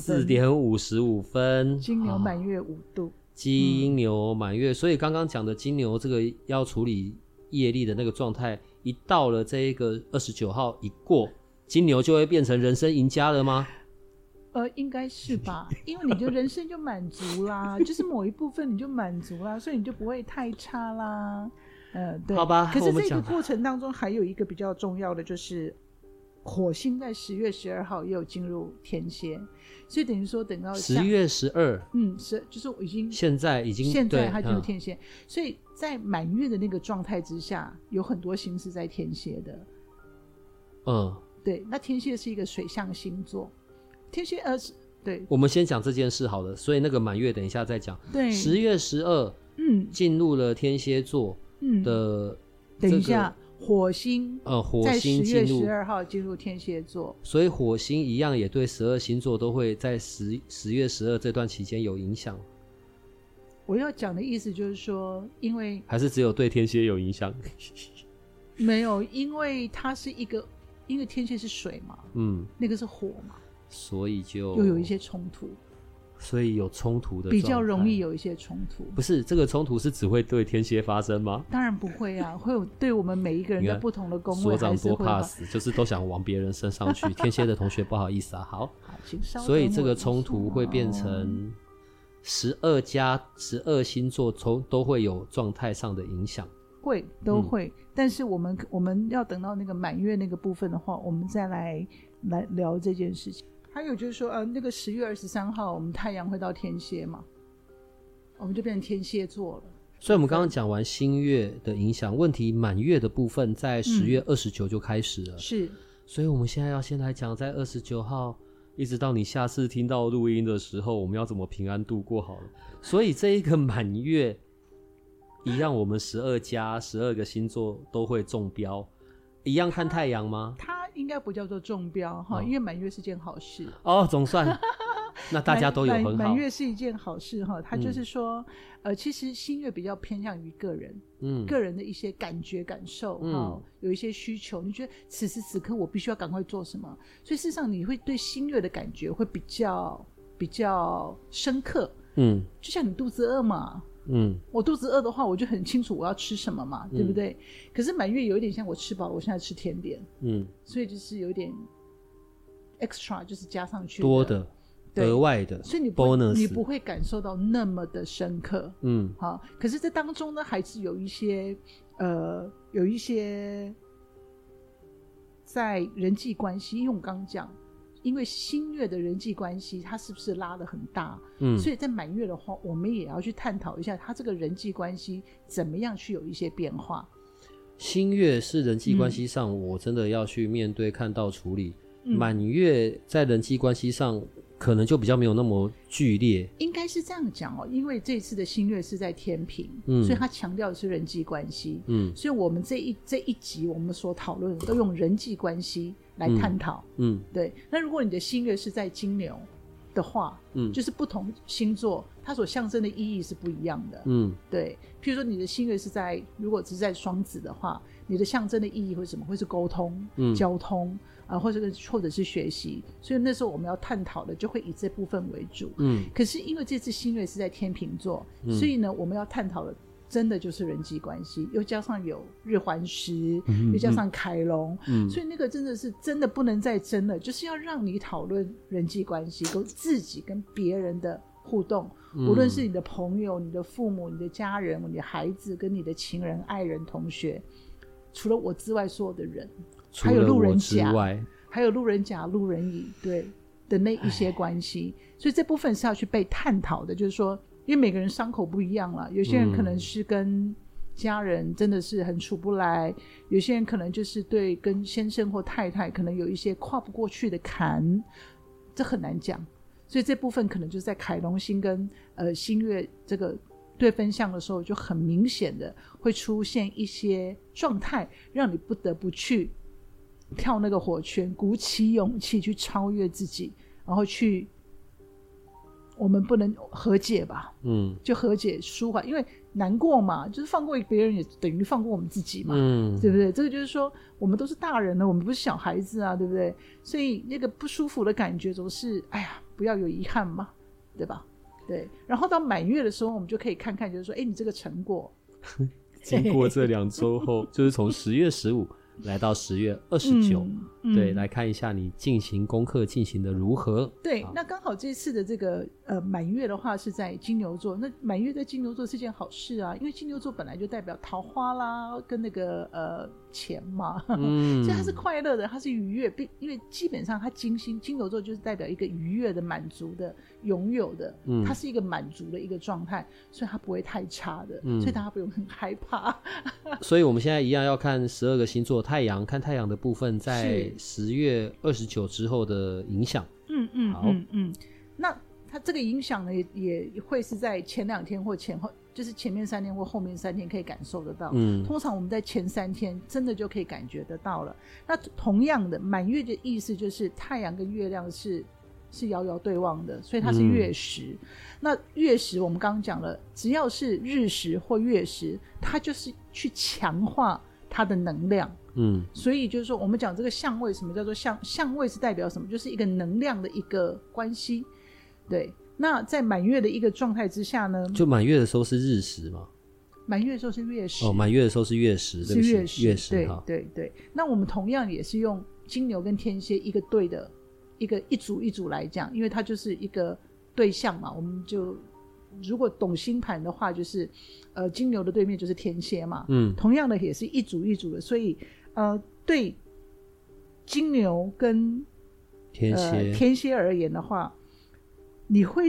55分，金牛满月5度。 金牛满月，所以刚刚讲的金牛这个要处理业力的那个状态，一到了这一个29号一过，金牛就会变成人生赢家了吗？ 应该是吧，因为你就人生就满足啦就是某一部分你就满足啦，所以你就不会太差啦。对， 好吧。 可是这个过程当中还有一个比较重要的，就是火星在10月12号也有进入天蝎，所以等于说等到 10月12， 就是我现在它进入天蝎，所以在满月的那个状态之下，有很多星是在天蝎的。对，那天蝎是一个水象星座，天蝎对，我们先讲这件事好了，所以那个满月等一下再讲。 对 ，10月12，进入了天蝎座的， 等一下，火星在 10月12号进入天蝎座， 所以火星一样也对12星座都会在10月12这段期间有影响。 我要讲的意思就是说，因为还是只有对天蝎有影响没有，因为它是一个，因为天蝎是水嘛，那个是火嘛， 所以就又有一些冲突， 所以有冲突的比较容易有一些冲突。 不是这个冲突是只会对天蝎发生吗？ 当然不会啊，会有对我们每一个人的不同的宫位， 所长多怕死，就是都想往别人身上去天蝎的同学不好意思啊。好，所以这个冲突会变成12星座都会有状态上的影响， 都会，但是我们要等到那个满月那个部分的话，我们再来聊这件事情。还有就是说那个10月23号我们太阳会到天蝎嘛，我们就变成天蝎座了。 所以我们刚刚讲完新月的影响，问题满月的部分在10月29就开始了。 是， 所以我们现在要先来讲在29号一直到你下次听到录音的时候，我们要怎么平安度过好了。所以这一个满月一样，我们12个星座都会中标，一样看太阳吗？ 它应该不叫做中标因为满月是件好事总算那大家都有很好。 满月是一件好事它就是说其实新月比较偏向于个人个人的一些感觉感受有一些需求，你觉得此时此刻我必须要赶快做什么，所以事实上你会对新月的感觉会比较深刻就像你肚子饿嘛我肚子饿的话我就很清楚我要吃什么嘛对不对可是满月有一点像我吃饱了我现在吃甜点所以就是有一点 extra 就是加上去多的额外的， 所以你不会感受到那么的深刻好，可是这当中呢还是有一些在人际关系，因为我刚刚讲因为新月的人际关系它是不是拉得很大所以在满月的话我们也要去探讨一下它这个人际关系怎么样去有一些变化。 新月是人际关系上我真的要去面对看到处理满月在人际关系上可能就比较没有那么剧烈， 应该是这样讲哦，因为这次的新月是在天平，所以它强调的是人际关系，所以我们这一集我们所讨论的都用人际关系来探讨，对。那如果你的新月是在金牛的话，就是不同星座它所象征的意义是不一样的，对。譬如说你的新月是在，如果是在双子的话，你的象征的意义会是什么？会是沟通、交通或者是学习，所以那时候我们要探讨的就会以这部分为主。可是因为这次新月是在天秤座，所以呢，我们要探讨的真的就是人际关系，又加上有日环食，又加上凯龙，所以那个真的是真的不能再争了，就是要让你讨论人际关系，跟自己跟别人的互动，无论是你的朋友、你的父母、你的家人、你的孩子，跟你的情人、爱人、同学，除了我之外所有的人，还有路人甲，还有路人甲、路人乙，对的那一些关系，所以这部分是要去被探讨的，就是说因为每个人伤口不一样了，有些人可能是跟家人真的是很处不来，有些人可能就是对跟先生或太太可能有一些跨不过去的坎，这很难讲，所以这部分可能就是在凯龙星跟新月这个对分相的时候，就很明显的会出现一些状态，让你不得不去跳那个火圈，鼓起勇气去超越自己，然后去，我们不能和解吧，就和解舒缓，因为难过嘛，就是放过别人也等于放过我们自己嘛，对不对？这个就是说我们都是大人了，我们不是小孩子啊，对不对？所以那个不舒服的感觉总是哎呀，不要有遗憾嘛，对吧？对，然后到满月的时候我们就可以看看，就是说你这个成果经过这2周后就是从10月15来到10月29，对，来看一下你进行功课进行的如何。 对，那刚好这次的这个满月的话是在金牛座，那满月在金牛座是件好事啊，因为金牛座本来就代表桃花啦，跟那个钱嘛，所以它是快乐的，它是愉悦，因为基本上它金牛座就是代表一个愉悦的、满足的、拥有的，它是一个满足的一个状态，所以它不会太差的，所以大家不用很害怕。 所以我们现在一样要看12个星座太阳，看太阳的部分在10月29之后的影响。好， 那它这个影响呢，也会是在前2天或前后，就是前面3天或后面3天可以感受得到。通常我们在前3天真的就可以感觉得到了。那同样的，满月的意思就是太阳跟月亮是遥遥对望的，所以它是月食。那月食我们刚刚讲了，只要是日食或月食，它就是去强化它的能量。所以就是说我们讲这个相位，什么叫做相位是代表什么，就是一个能量的一个关系。对，那在满月的一个状态之下呢， 就满月的时候是日食嘛， 满月的时候是月食， 满月的时候是月食， 是月食， 对， 那我们同样也是用金牛跟天蝎一个对的一组一组来讲，因为它就是一个对象嘛，我们就如果懂星盘的话，就是金牛的对面就是天蝎嘛，同样的也是一组一组的，所以对金牛跟天蝎而言的话，你会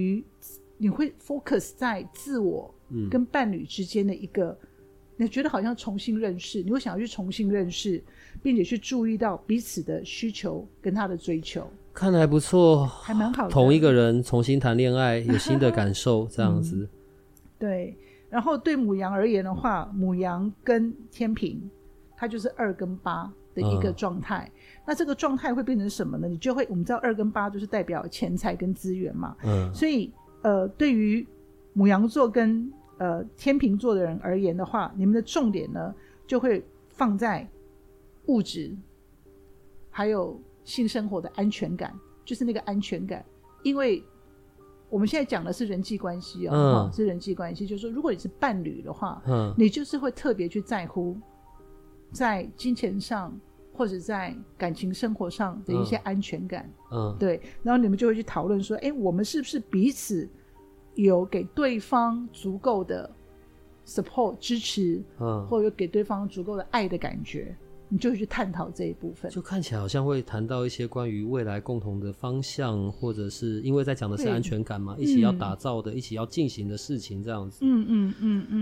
focus 在自我跟伴侣之间的一个，你觉得好像重新认识，你会想要去重新认识，并且去注意到彼此的需求跟他的追求， 看来不错， 还蛮好的。 同一个人重新谈恋爱，有新的感受，这样子。对。 然后对牡羊而言的话，牡羊跟天平，它就是2跟8的一个状态。那这个状态会变成什么呢？你就会，我们知道2跟8就是代表钱财跟资源嘛。所以对于牡羊座跟天秤座的人而言的话，你们的重点呢就会放在物质，还有性生活的安全感，就是那个安全感。因为我们现在讲的是人际关系是人际关系，就是说如果你是伴侣的话，你就是会特别去在乎在金钱上或者在感情生活上的一些安全感，对，然后你们就会去讨论说，我们是不是彼此有给对方足够的 support 支持，或者有给对方足够的爱的感觉，你就会去探讨这一部分。 就看起来好像会谈到一些关于未来共同的方向，或者是因为在讲的是安全感嘛，一起要打造的，一起要进行的事情，这样子。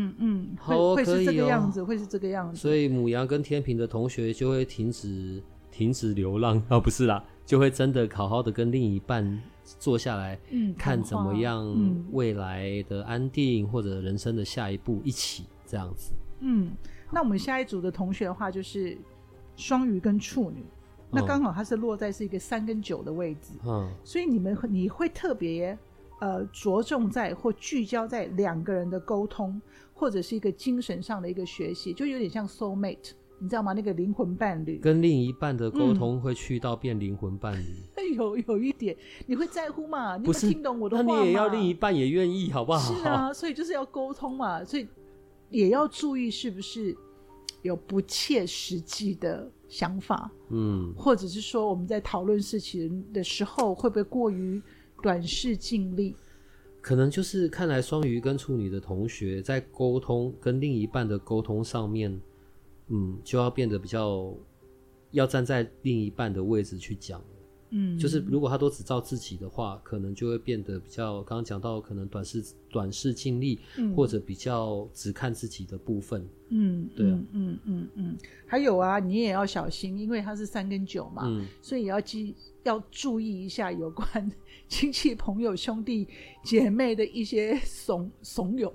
好， 会是这个样子，会是这个样子。 所以牡羊跟天秤的同学就会停止停止流浪不是啦，就会真的好好的跟另一半坐下来，看怎么样未来的安定，或者人生的下一步一起这样子。 那我们下一组的同学的话就是双鱼跟处女，那刚好它是落在是一个3跟9的位置，所以你会特别着重在或聚焦在2个人的沟通，或者是一个精神上的一个学习，就有点像 soul mate， 你知道吗？那个灵魂伴侣， 跟另一半的沟通会去到变灵魂伴侣。 有一点，你会在乎嘛？你会听懂我的话吗？ 那你也要另一半也愿意，好不好？ 是啊，所以就是要沟通嘛，所以也要注意是不是有不切实际的想法，或者是说我们在讨论事情的时候会不会过于短视近利。 可能就是看来双鱼跟处女的同学在沟通跟另一半的沟通上面，就要变得比较要站在另一半的位置去讲。就是如果他都只照自己的话，可能就会变得比较刚刚讲到可能短视近利，或者比较只看自己的部分。对啊， 还有啊，你也要小心，因为他是3跟9嘛，所以要注意一下有关亲戚朋友兄弟姐妹的一些怂恿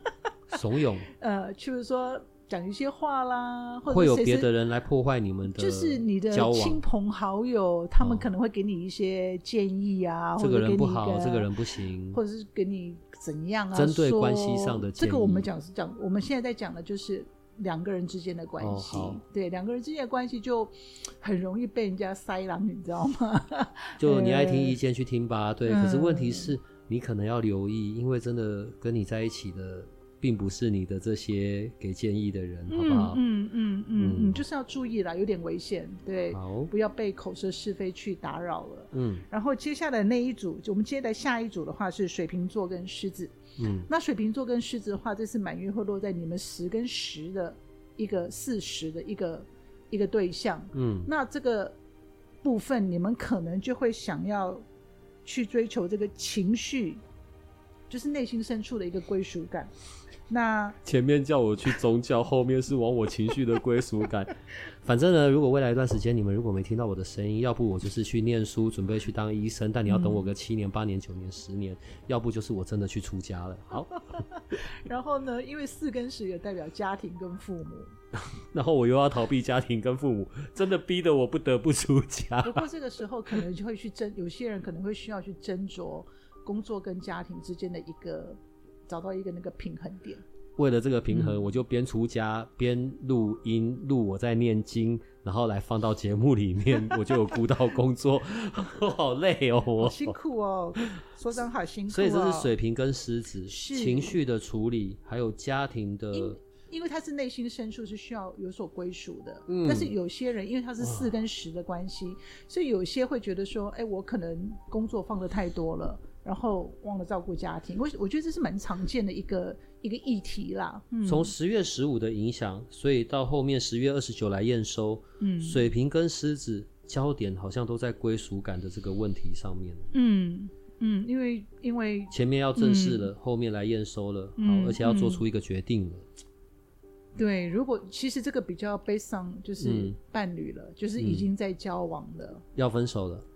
就是说讲一些话啦，或者会有别的人来破坏你们的交往， 就是你的亲朋好友，他们可能会给你一些建议啊， 这个人不好，这个人不行， 或者是给你怎样啊， 针对关系上的建议。 这个我们我们现在在讲的就是2个人之间的关系，对，2个人之间的关系就很容易被人家塞狼，你知道吗？ 就你爱听意见去听吧，对。可是问题是你可能要留意，因为真的跟你在一起的并不是你的这些给建议的人，好不好？就是要注意啦，有点危险，对，不要被口舌是非去打扰了。然后接下来那一组，我们接下来下一组的话是水瓶座跟狮子。那水瓶座跟狮子的话，这次满月会落在你们10跟10的一个40的一个对象。那这个部分你们可能就会想要去追求这个情绪，就是内心深处的一个归属感。那前面叫我去宗教，后面是往我情绪的归属感。反正呢，如果未来一段时间你们如果没听到我的声音，要不我就是去念书准备去当医生，但你要等我个7年8年9年10年，要不就是我真的去出家了。好然后呢，因为4跟10也代表家庭跟父母然后我又要逃避家庭跟父母，真的逼得我不得不出家。 不过这个时候可能就会去有些人可能会需要去斟酌工作跟家庭之间的找到一个那个平衡点。 为了这个平衡，我就边出家边录音，录我在念经，然后来放到节目里面，我就有顾到工作。好累哦， 好辛苦哦，所长好辛苦哦。 所以这是水瓶跟狮子情绪的处理，还有家庭的。 因为他是内心深处是需要有所归属的，但是有些人因为他是4跟10的关系，所以有些会觉得说，我可能工作放得太多了，然后忘了照顾家庭。我觉得这是蛮常见的一个议题啦。 从10月15的影响，所以到后面10月29来验收，水瓶跟狮子焦点好像都在归属感的这个问题上面。 因为前面要正式了，后面来验收了，而且要做出一个决定了。 对，如果其实这个比较悲伤，就是伴侣了，就是已经在交往了， 要分手了。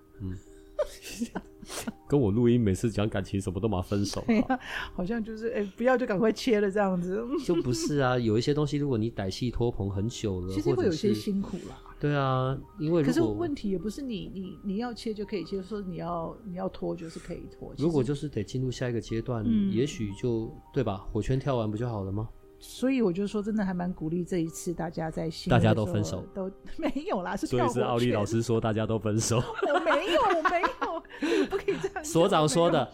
跟我录音每次讲感情什么都嘛分手， 好像就是不要就赶快切了这样子。 就不是啊，有一些东西如果你歹戏拖棚很久了， 其实会有些辛苦啦。 对啊，因为可是问题也不是你要切就可以切，说你要拖就是可以拖。 如果就是得进入下一个阶段，也许就对吧？火圈跳完不就好了吗？ 所以我就说真的还蛮鼓励这一次大家在新大家都分手都没有啦，是跳火圈。 所以是奥利老师说大家都分手。 我没有，不可以这样。 所长说的。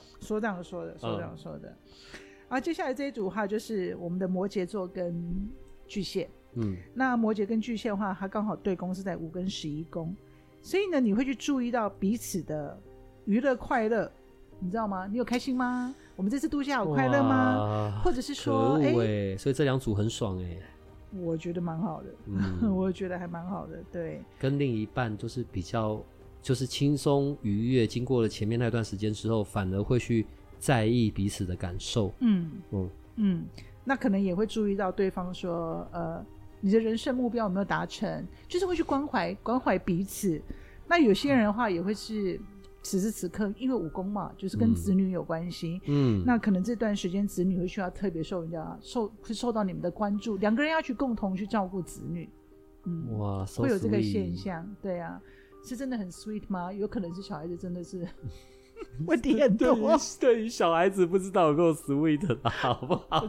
接下来这一组的话就是我们的摩羯座跟巨蟹。那摩羯跟巨蟹的话，它刚好对宫是在5跟11宫，所以呢你会去注意到彼此的娱乐快乐，你知道吗？你有开心吗？我们这次度假有快乐吗？或者是说所以这2组很爽我觉得蛮好的。我觉得还蛮好的。对，跟另一半就是比较就是轻松愉悦，经过了前面那段时间之后，反而会去在意彼此的感受。那可能也会注意到对方说你的人生目标有没有达成，就是会去关怀彼此。那有些人的话也会是此时此刻，因为武功嘛，就是跟子女有关系，那可能这段时间子女会需要特别会受到你们的关注，两个人要去共同去照顾子女， 哇， so 会有这个 sweet 现象，对啊，是真的很 sweet 吗？有可能是小孩子真的是问题很多， 对于小孩子不知道有够 sweet 的好不好？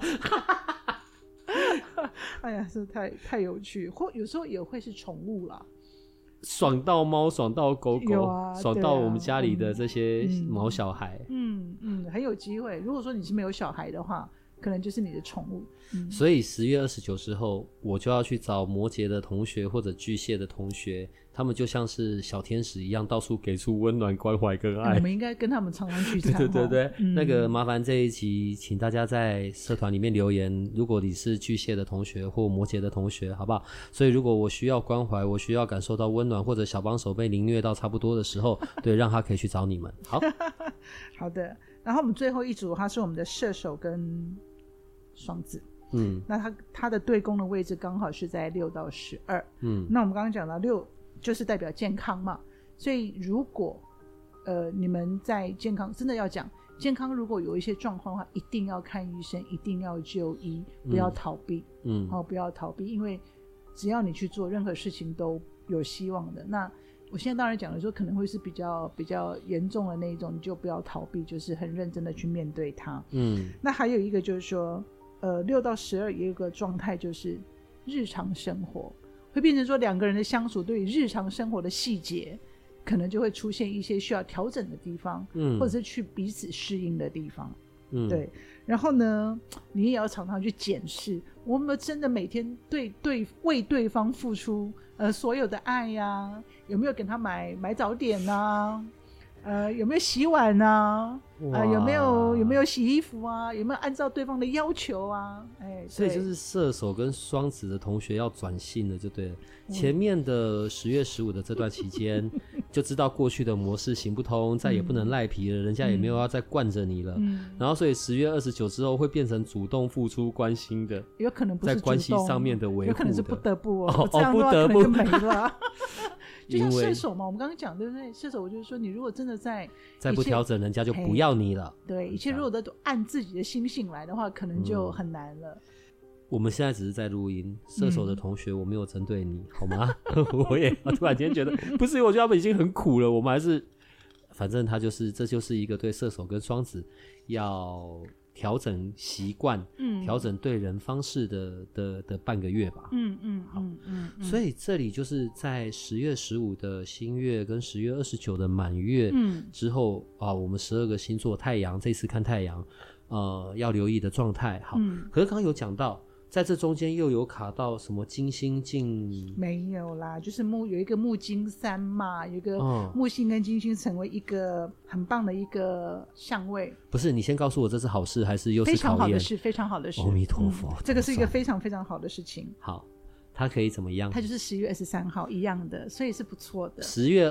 哎呀，这太有趣，或有时候也会是宠物啦， 爽到猫，爽到狗狗，爽到我们家里的这些毛小孩， 很有机会。如果说你是没有小孩的话，可能就是你的宠物。 所以10月29之后，我就要去找摩羯的同学或者巨蟹的同学，他们就像是小天使一样，到处给出温暖、关怀跟爱。 我们应该跟他们常常聚餐。 对，那个麻烦这一集，请大家在社团里面留言，如果你是巨蟹的同学或摩羯的同学，好不好？所以如果我需要关怀，我需要感受到温暖，或者小帮手被凌虐到差不多的时候，对，让他可以去找你们。好， 好的。然后我们最后一组，它是我们的射手跟双子。那它的对宫的位置刚好是在6到12。那我们刚刚讲到6就是代表健康嘛，所以如果你们在健康，真的要讲健康，如果有一些状况的话，一定要看医生，一定要就医，不要逃避。不要逃避，因为只要你去做任何事情都有希望的。那我现在当然讲的说可能会是比较严重的那一种，你就不要逃避，就是很认真的去面对它。那还有一个就是说6到12也有个状态，就是日常生活会变成说两个人的相处对于日常生活的细节可能就会出现一些需要调整的地方，或者是去彼此适应的地方。对，然后呢你也要常常去检视我们真的每天为对方付出所有的爱呀，有没有给他买早点啊，有没有洗碗啊，有没有洗衣服啊，有没有按照对方的要求啊。 所以就是射手跟双子的同学要转性了就对了。前面的10月15的这段期间就知道过去的模式行不通，再也不能赖皮了，人家也没有要再惯着你了。然后所以10月29之后会变成主动付出关心的， 有可能不是在关系上面的维护的， 有可能是不得不这样的话可能就没了。就像射手嘛，我们刚刚讲对不对？射手我就是说你如果真的再不调整，人家就不要你了。 对，一切如果都按自己的心性来的话，可能就很难了。 我们现在只是在录音，射手的同学我没有针对你好吗？我也突然间觉得不是，我觉得他们已经很苦了，我们还是反正这就是一个对射手跟双子要调整习惯，调整对人方式的半个月吧。所以这里就是在10月15的新月跟10月29的满月之后我们12个星座太阳这次看太阳要留意的状态。好，可是刚刚有讲到在这中间又有卡到什么金星进， 没有啦，就是有一个木金3嘛，有一个木星跟金星成为一个很棒的一个相位。不是，你先告诉我这是好事还是又是考验？ 非常好的事，非常好的事。 阿弥陀佛， 这个是一个非常非常好的事情。 好，它可以怎么样？ 它就是10月23号一样的，所以是不错的。 10月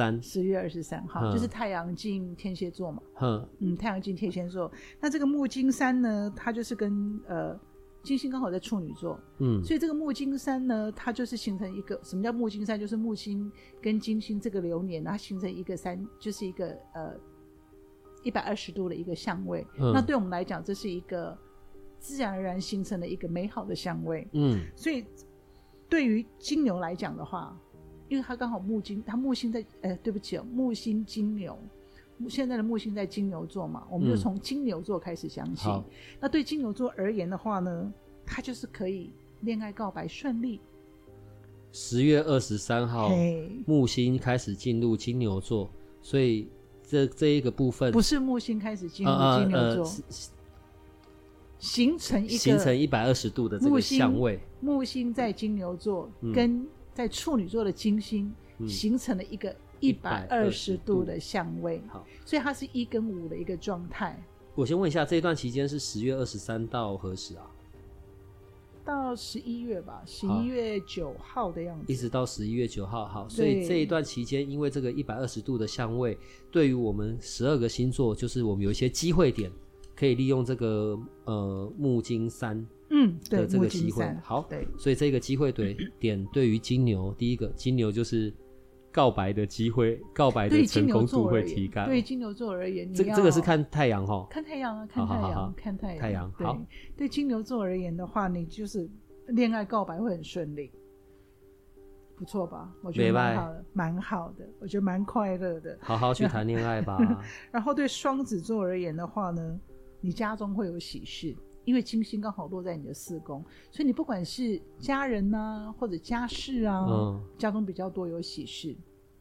23 号就是太阳进天蝎座嘛。太阳进天蝎座，那这个木金3呢，它就是跟金星刚好在处女座，所以这个木金3呢，它就是形成一个什么叫木金3，就是木星跟金星这个流年，它形成一个就是一个120度的一个相位。那对我们来讲，这是一个自然而然形成的一个美好的相位。所以对于金牛来讲的话，因为它刚好它木星在对不起木星金牛。现在的木星在金牛座嘛，我们就从金牛座开始讲起。那对金牛座而言的话呢，它就是可以恋爱告白顺利。 10月23号木星开始进入金牛座，所以这一个部分不是木星开始进入金牛座，形成 120度的这个相位， 木星在金牛座跟在处女座的金星形成了一个120度的相位。好，所以它是1跟5的一个状态。 我先问一下，这一段期间是10月23到何时啊？ 到11月吧，11月9号的样子， 一直到11月9号。好，所以这一段期间，因为这个120度的相位，对于我们12个星座，就是我们有一些机会点可以利用这个木金三的这个机会。好，对，所以这个机会点对于金牛，第一个金牛就是告白的机会，告白的成功度会提高。 对金牛座而言， 这个是看太阳齁， 看太阳啊，看太阳， 好看太阳。 太阳好。 对金牛座而言的话，你就是恋爱告白会很顺利，不错吧？我觉得蛮好的，蛮好的，我觉得蛮快乐的。 好好去谈恋爱吧。 然后对双子座而言的话呢，你家中会有喜事。因为金星刚好落在你的4宫，所以你不管是家人啊或者家事啊，家中比较多有喜事。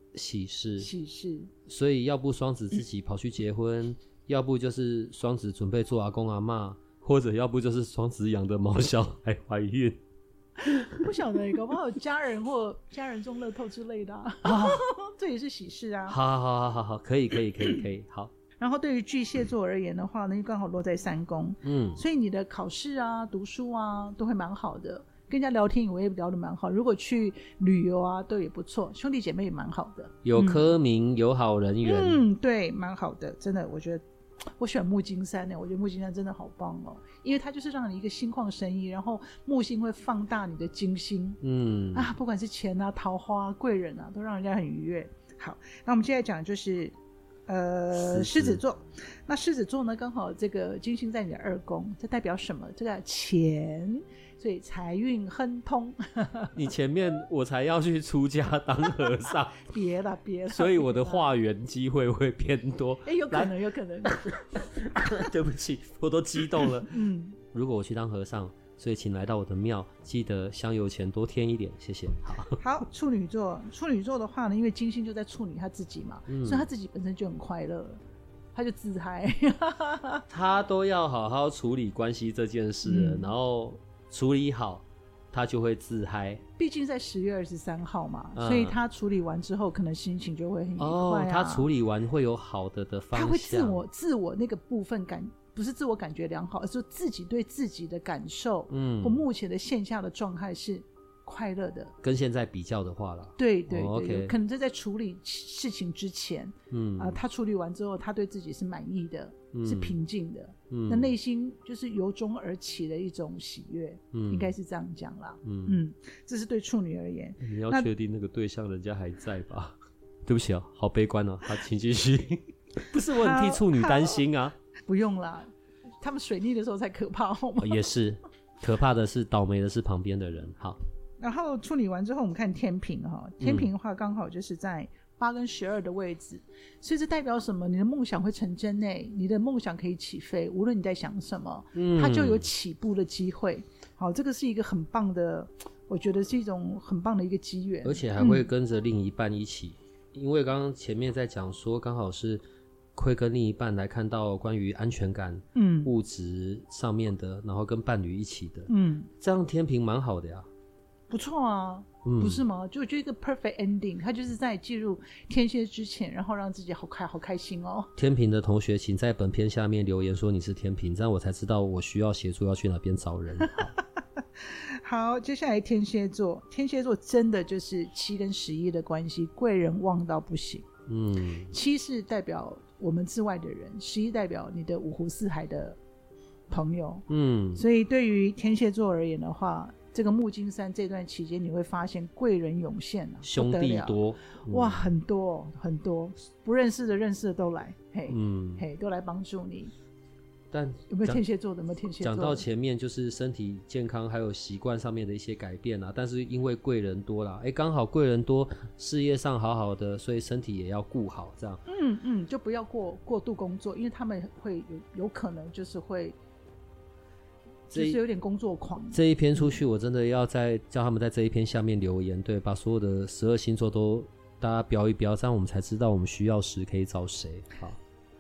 所以要不双子自己跑去结婚，要不就是双子准备做阿公阿嬷，或者要不就是双子养的毛小孩怀孕。 不晓得，搞不好有家人或家人中乐透之类的这也是喜事啊。 好，可以，好。 然后对于巨蟹座而言的话呢，又刚好落在3宫，所以你的考试啊、读书啊都会蛮好的，跟人家聊天也聊得蛮好，如果去旅游啊都也不错，兄弟姐妹也蛮好的， 有科名，有好人缘， 对，蛮好的，真的，我觉得我喜欢木金三呢，我觉得木金三真的好棒哦，因为它就是让你一个心旷神怡，然后木星会放大你的金星，不管是钱啊、桃花、贵人啊，都让人家很愉悦。好，那我们接下来讲的就是狮子座。那狮子座呢，刚好这个金星在你的2宫，这代表什么？这个钱，所以财运亨通。 你前面我才要去出家当和尚， 别了， 所以我的化缘机会会偏多。 有可能。 对不起，我都激动了。如果我去当和尚，所以请来到我的庙，记得香油钱多添一点，谢谢。 好，处女座的话呢，因为金星就在处女他自己嘛，所以他自己本身就很快乐，他就自嗨。 他都要好好处理关系这件事了，然后处理好，他就会自嗨。 毕竟在10月23号嘛，所以他处理完之后，可能心情就会很愉快他处理完会有好的方向， 他会自我那个部分不是自我感觉良好，而是自己对自己的感受，或目前的线下的状态是快乐的。 跟现在比较的话啦， 对，可能在处理事情之前，他处理完之后，他对自己是满意的，是平静的，那内心就是由衷而起的一种喜悦，应该是这样讲啦。这是对处女而言。 你要确定那个对象人家还在吧？对不起哦，好悲观哦，请继续。不是，我很替处女担心啊。 不用啦，他们水逆的时候才可怕好吗？ 也是，可怕的是倒霉的是旁边的人。好， 然后处理完之后我们看天秤天秤的话刚好就是在8跟12的位置，所以这代表什么？你的梦想会成真你的梦想可以起飞，无论你在想什么，它就有起步的机会。好，这个是一个很棒的，我觉得是一种很棒的一个机缘， 而且还会跟着另一半一起，因为刚刚前面在讲说刚好是会跟另一半来看到关于安全感、物质上面的，然后跟伴侣一起的，这样天平蛮好的呀， 不错啊，不是吗？就一个 perfect ending， 他就是在进入天蝎之前，然后让自己好开心哦。 天平的同学，请在本片下面留言说你是天平，这样我才知道我需要协助要去哪边找人。 好，接下来天蝎座真的就是7跟11的关系，贵人旺到不行。7是代表我们之外的人，11代表你的五湖四海的朋友。所以对于天蝎座而言的话，这个木金三这段期间，你会发现贵人涌现兄弟多， 哇，很多很多，不认识的认识的都来，都来帮助你。 但有没有天蝎座的？有没有天蝎座的？ 讲到前面就是身体健康还有习惯上面的一些改变但是因为贵人多啦，刚好贵人多，事业上好好的，所以身体也要顾好，这样。 就不要过度工作，因为他们会有可能就是会。就是有点工作狂。 这一篇出去，我真的要再叫他们在这一篇下面留言，对，把所有的12星座都大家标一标，这样我们才知道我们需要时可以找谁。好，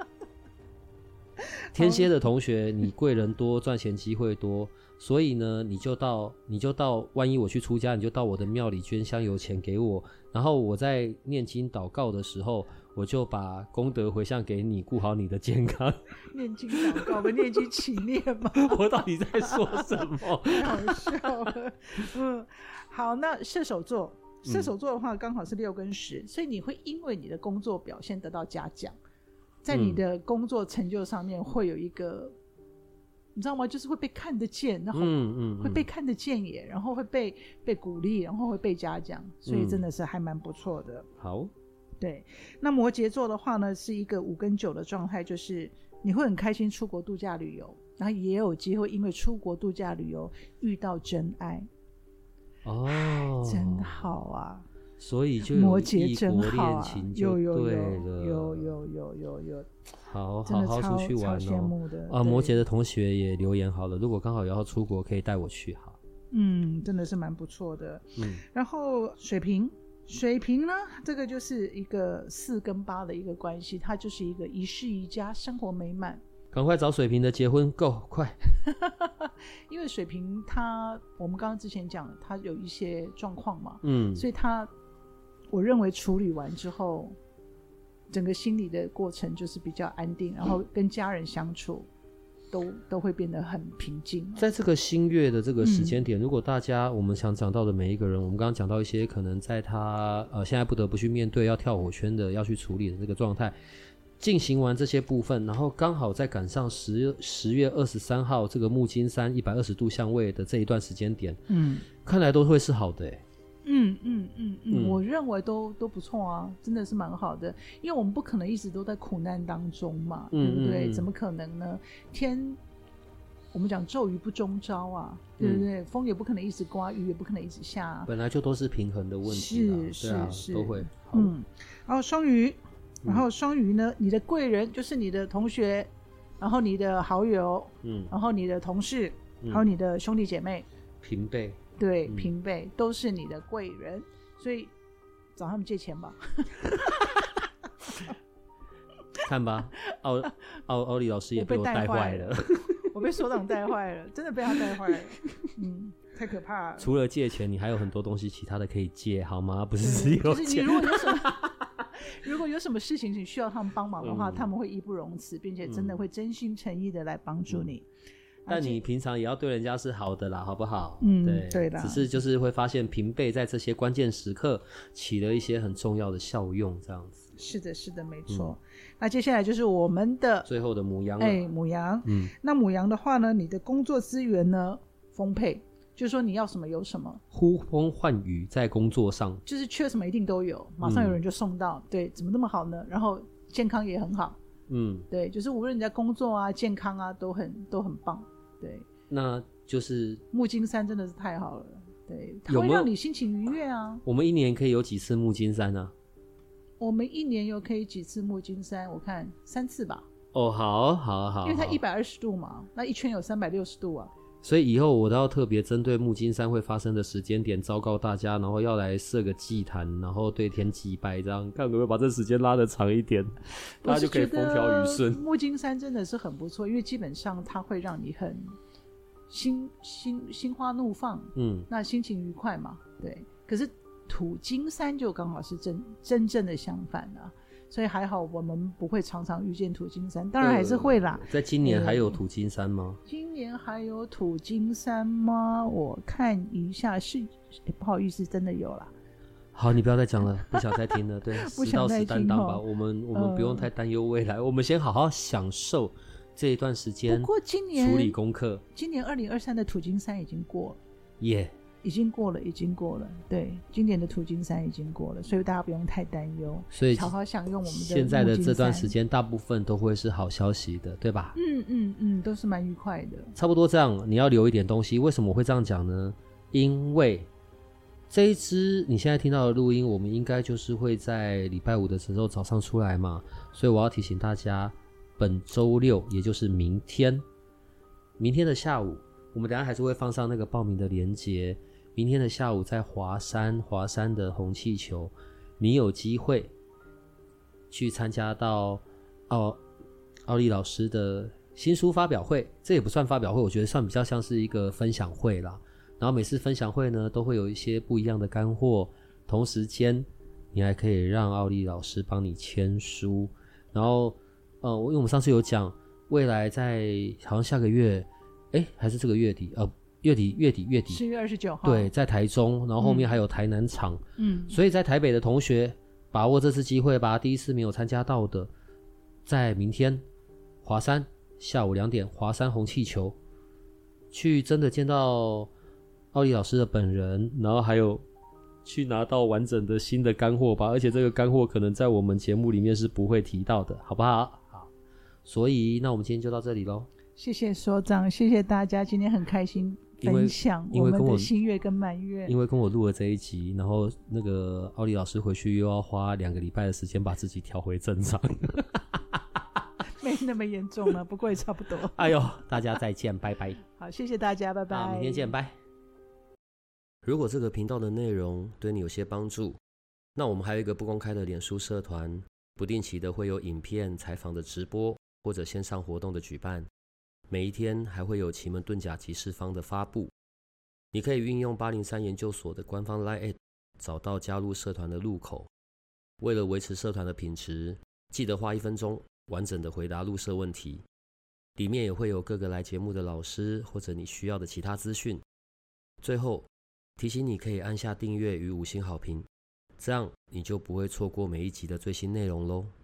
天蝎的同学，你贵人多，赚钱机会多，所以呢，你就到，万一我去出家，你就到我的庙里捐香油钱给我，然后我在念经祷告的时候，我就把功德回向给你，顾好你的健康。 念经祷告不念经起念吗？ 我到底在说什么？ 太好笑了。好，那射手座的话刚好是6跟10，所以你会因为你的工作表现得到嘉奖，在你的工作成就上面会有一个你知道吗？就是会被看得见，然后会被看得见耶，然后会被鼓励，然后会被嘉奖，所以真的是还蛮不错的。 好， 对。那摩羯座的话呢，是一个5跟9的状态，就是你会很开心出国度假旅游，然后也有机会因为出国度假旅游遇到真爱。 哦， 真好啊！ 所以就摩羯真国好恋情就对了， 有， 好真的好出去玩超羡慕的啊！摩羯的同学也留言好了，如果刚好要出国，可以带我去哈。 真的是蛮不错的。然后水瓶呢，这个就是一个4跟8的一个关系，它就是一个一世一家，生活美满。 赶快找水瓶的结婚，够快！ 因为水瓶我们刚刚之前讲了，他有一些状况嘛，所以我认为处理完之后，整个心理的过程就是比较安定，然后跟家人相处都会变得很平静。 在这个新月的这个时间点，如果大家我们想讲到的每一个人，我们刚刚讲到一些可能在他现在不得不去面对要跳火圈的要去处理的这个状态，进行完这些部分，然后刚好再赶上10月23号这个木金山120度相位的这一段时间点，看来都会是好的耶。 我认为都不错啊，真的是蛮好的，因为我们不可能一直都在苦难当中嘛，对不对？怎么可能呢？我们讲骤雨不终朝啊，对不对？风也不可能一直刮，雨也不可能一直下啊， 本来就都是平衡的问题啦，是都会。 然后双鱼呢，你的贵人就是你的同学，然后你的好友，然后你的同事，还有你的兄弟姐妹， 平辈， 对，平辈都是你的贵人，所以找他们借钱吧。 看吧，奥利老师也被我带坏了。 我被所长带坏了，真的被他带坏了。太可怕了。 除了借钱，你还有很多东西其他的可以借，好吗？不是只有钱。 就是你如果有什么事情你需要他们帮忙的话，他们会义不容辞，并且真的会真心诚意的来帮助你。 但你平常也要对人家是好的啦，好不好？ 对啦。 只是就是会发现平辈在这些关键时刻起了一些很重要的效用，这样子。 是的，没错。那接下来就是我们的最后的牡羊牡羊。那牡羊的话呢，你的工作资源呢丰沛，就是说你要什么有什么， 呼风唤雨在工作上， 就是缺什么一定都有，马上有人就送到。对，怎么那么好呢？然后健康也很好。对，就是无论你在工作啊、健康啊都很棒。对， 那就是木金山真的是太好了。对，它会让你心情愉悦啊。 我们一年可以有几次木金山啊？ 我们一年有可以几次木金山？我看3次吧。 好， 因为它120度嘛，那一圈有360度啊。 所以以后我都要特别针对木金山会发生的时间点昭告大家，然后要来设个祭坛，然后对天祭拜，这样看可不可以把这时间拉得长一点，大家就可以风调雨顺。 木金山真的是很不错，因为基本上它会让你很心花怒放，那心情愉快嘛。对，可是土金山就刚好是真正的相反啊。所以还好我们不会常常遇见土金山，当然还是会啦。 在今年还有土金山吗？ 今年还有土金山吗？我看一下不好意思，真的有啦。 好，你不要再讲了，不想再听了。对，实到实担当吧。我们不用太担忧未来，我们先好好享受这一段时间。 不过今年处理功课， 今年2023的土金山已经过了。 耶。 已经过了。对，今年的土金山已经过了，所以大家不用太担忧， 所以好好享用我们的现在的这段时间大部分都会是好消息的，对吧？ 都是蛮愉快的。 差不多这样，你要留一点东西。为什么我会这样讲呢？因为这一支你现在听到的录音，我们应该就是会在礼拜5的时候早上出来嘛，所以我要提醒大家，本周六也就是明天的下午，我们等一下还是会放上那个报名的连结。明天的下午在华山的红气球，你有机会去参加到奥利老师的新书发表会。这也不算发表会，我觉得算比较像是一个分享会啦。然后每次分享会呢都会有一些不一样的干货，同时间你还可以让奥利老师帮你签书。然后因为我们上次有讲，未来在好像下个月还是这个月底月底 10月29号， 对，在台中，然后后面还有台南场，所以在台北的同学把握这次机会吧，第一次没有参加到的，在明天华山下午2点华山红气球， 去真的见到奥利老师的本人，然后还有去拿到完整的新的干货吧，而且这个干货可能在我们节目里面是不会提到的，好不好？好，所以那我们今天就到这里咯。 谢谢所长，谢谢大家，今天很开心分享我们的新月跟满月。 因为跟我录了这一集，然后那个奥利老师回去又要花2个礼拜的时间把自己调回正常。 没那么严重了，不过也差不多。 哎呦，大家再见，拜拜。 好，谢谢大家，拜拜。 好，明天见，拜。如果这个频道的内容对你有些帮助，那我们还有一个不公开的脸书社团，不定期的会有影片、采访的直播或者线上活动的举办，每一天还会有奇门遁甲集市方的发布。你可以运用803研究所的官方 LINE@ 找到加入社团的入口。为了维持社团的品质，记得花1分钟完整的回答入社问题，里面也会有各个来节目的老师或者你需要的其他资讯。最后提醒你可以按下订阅与5星好评，这样你就不会错过每一集的最新内容咯。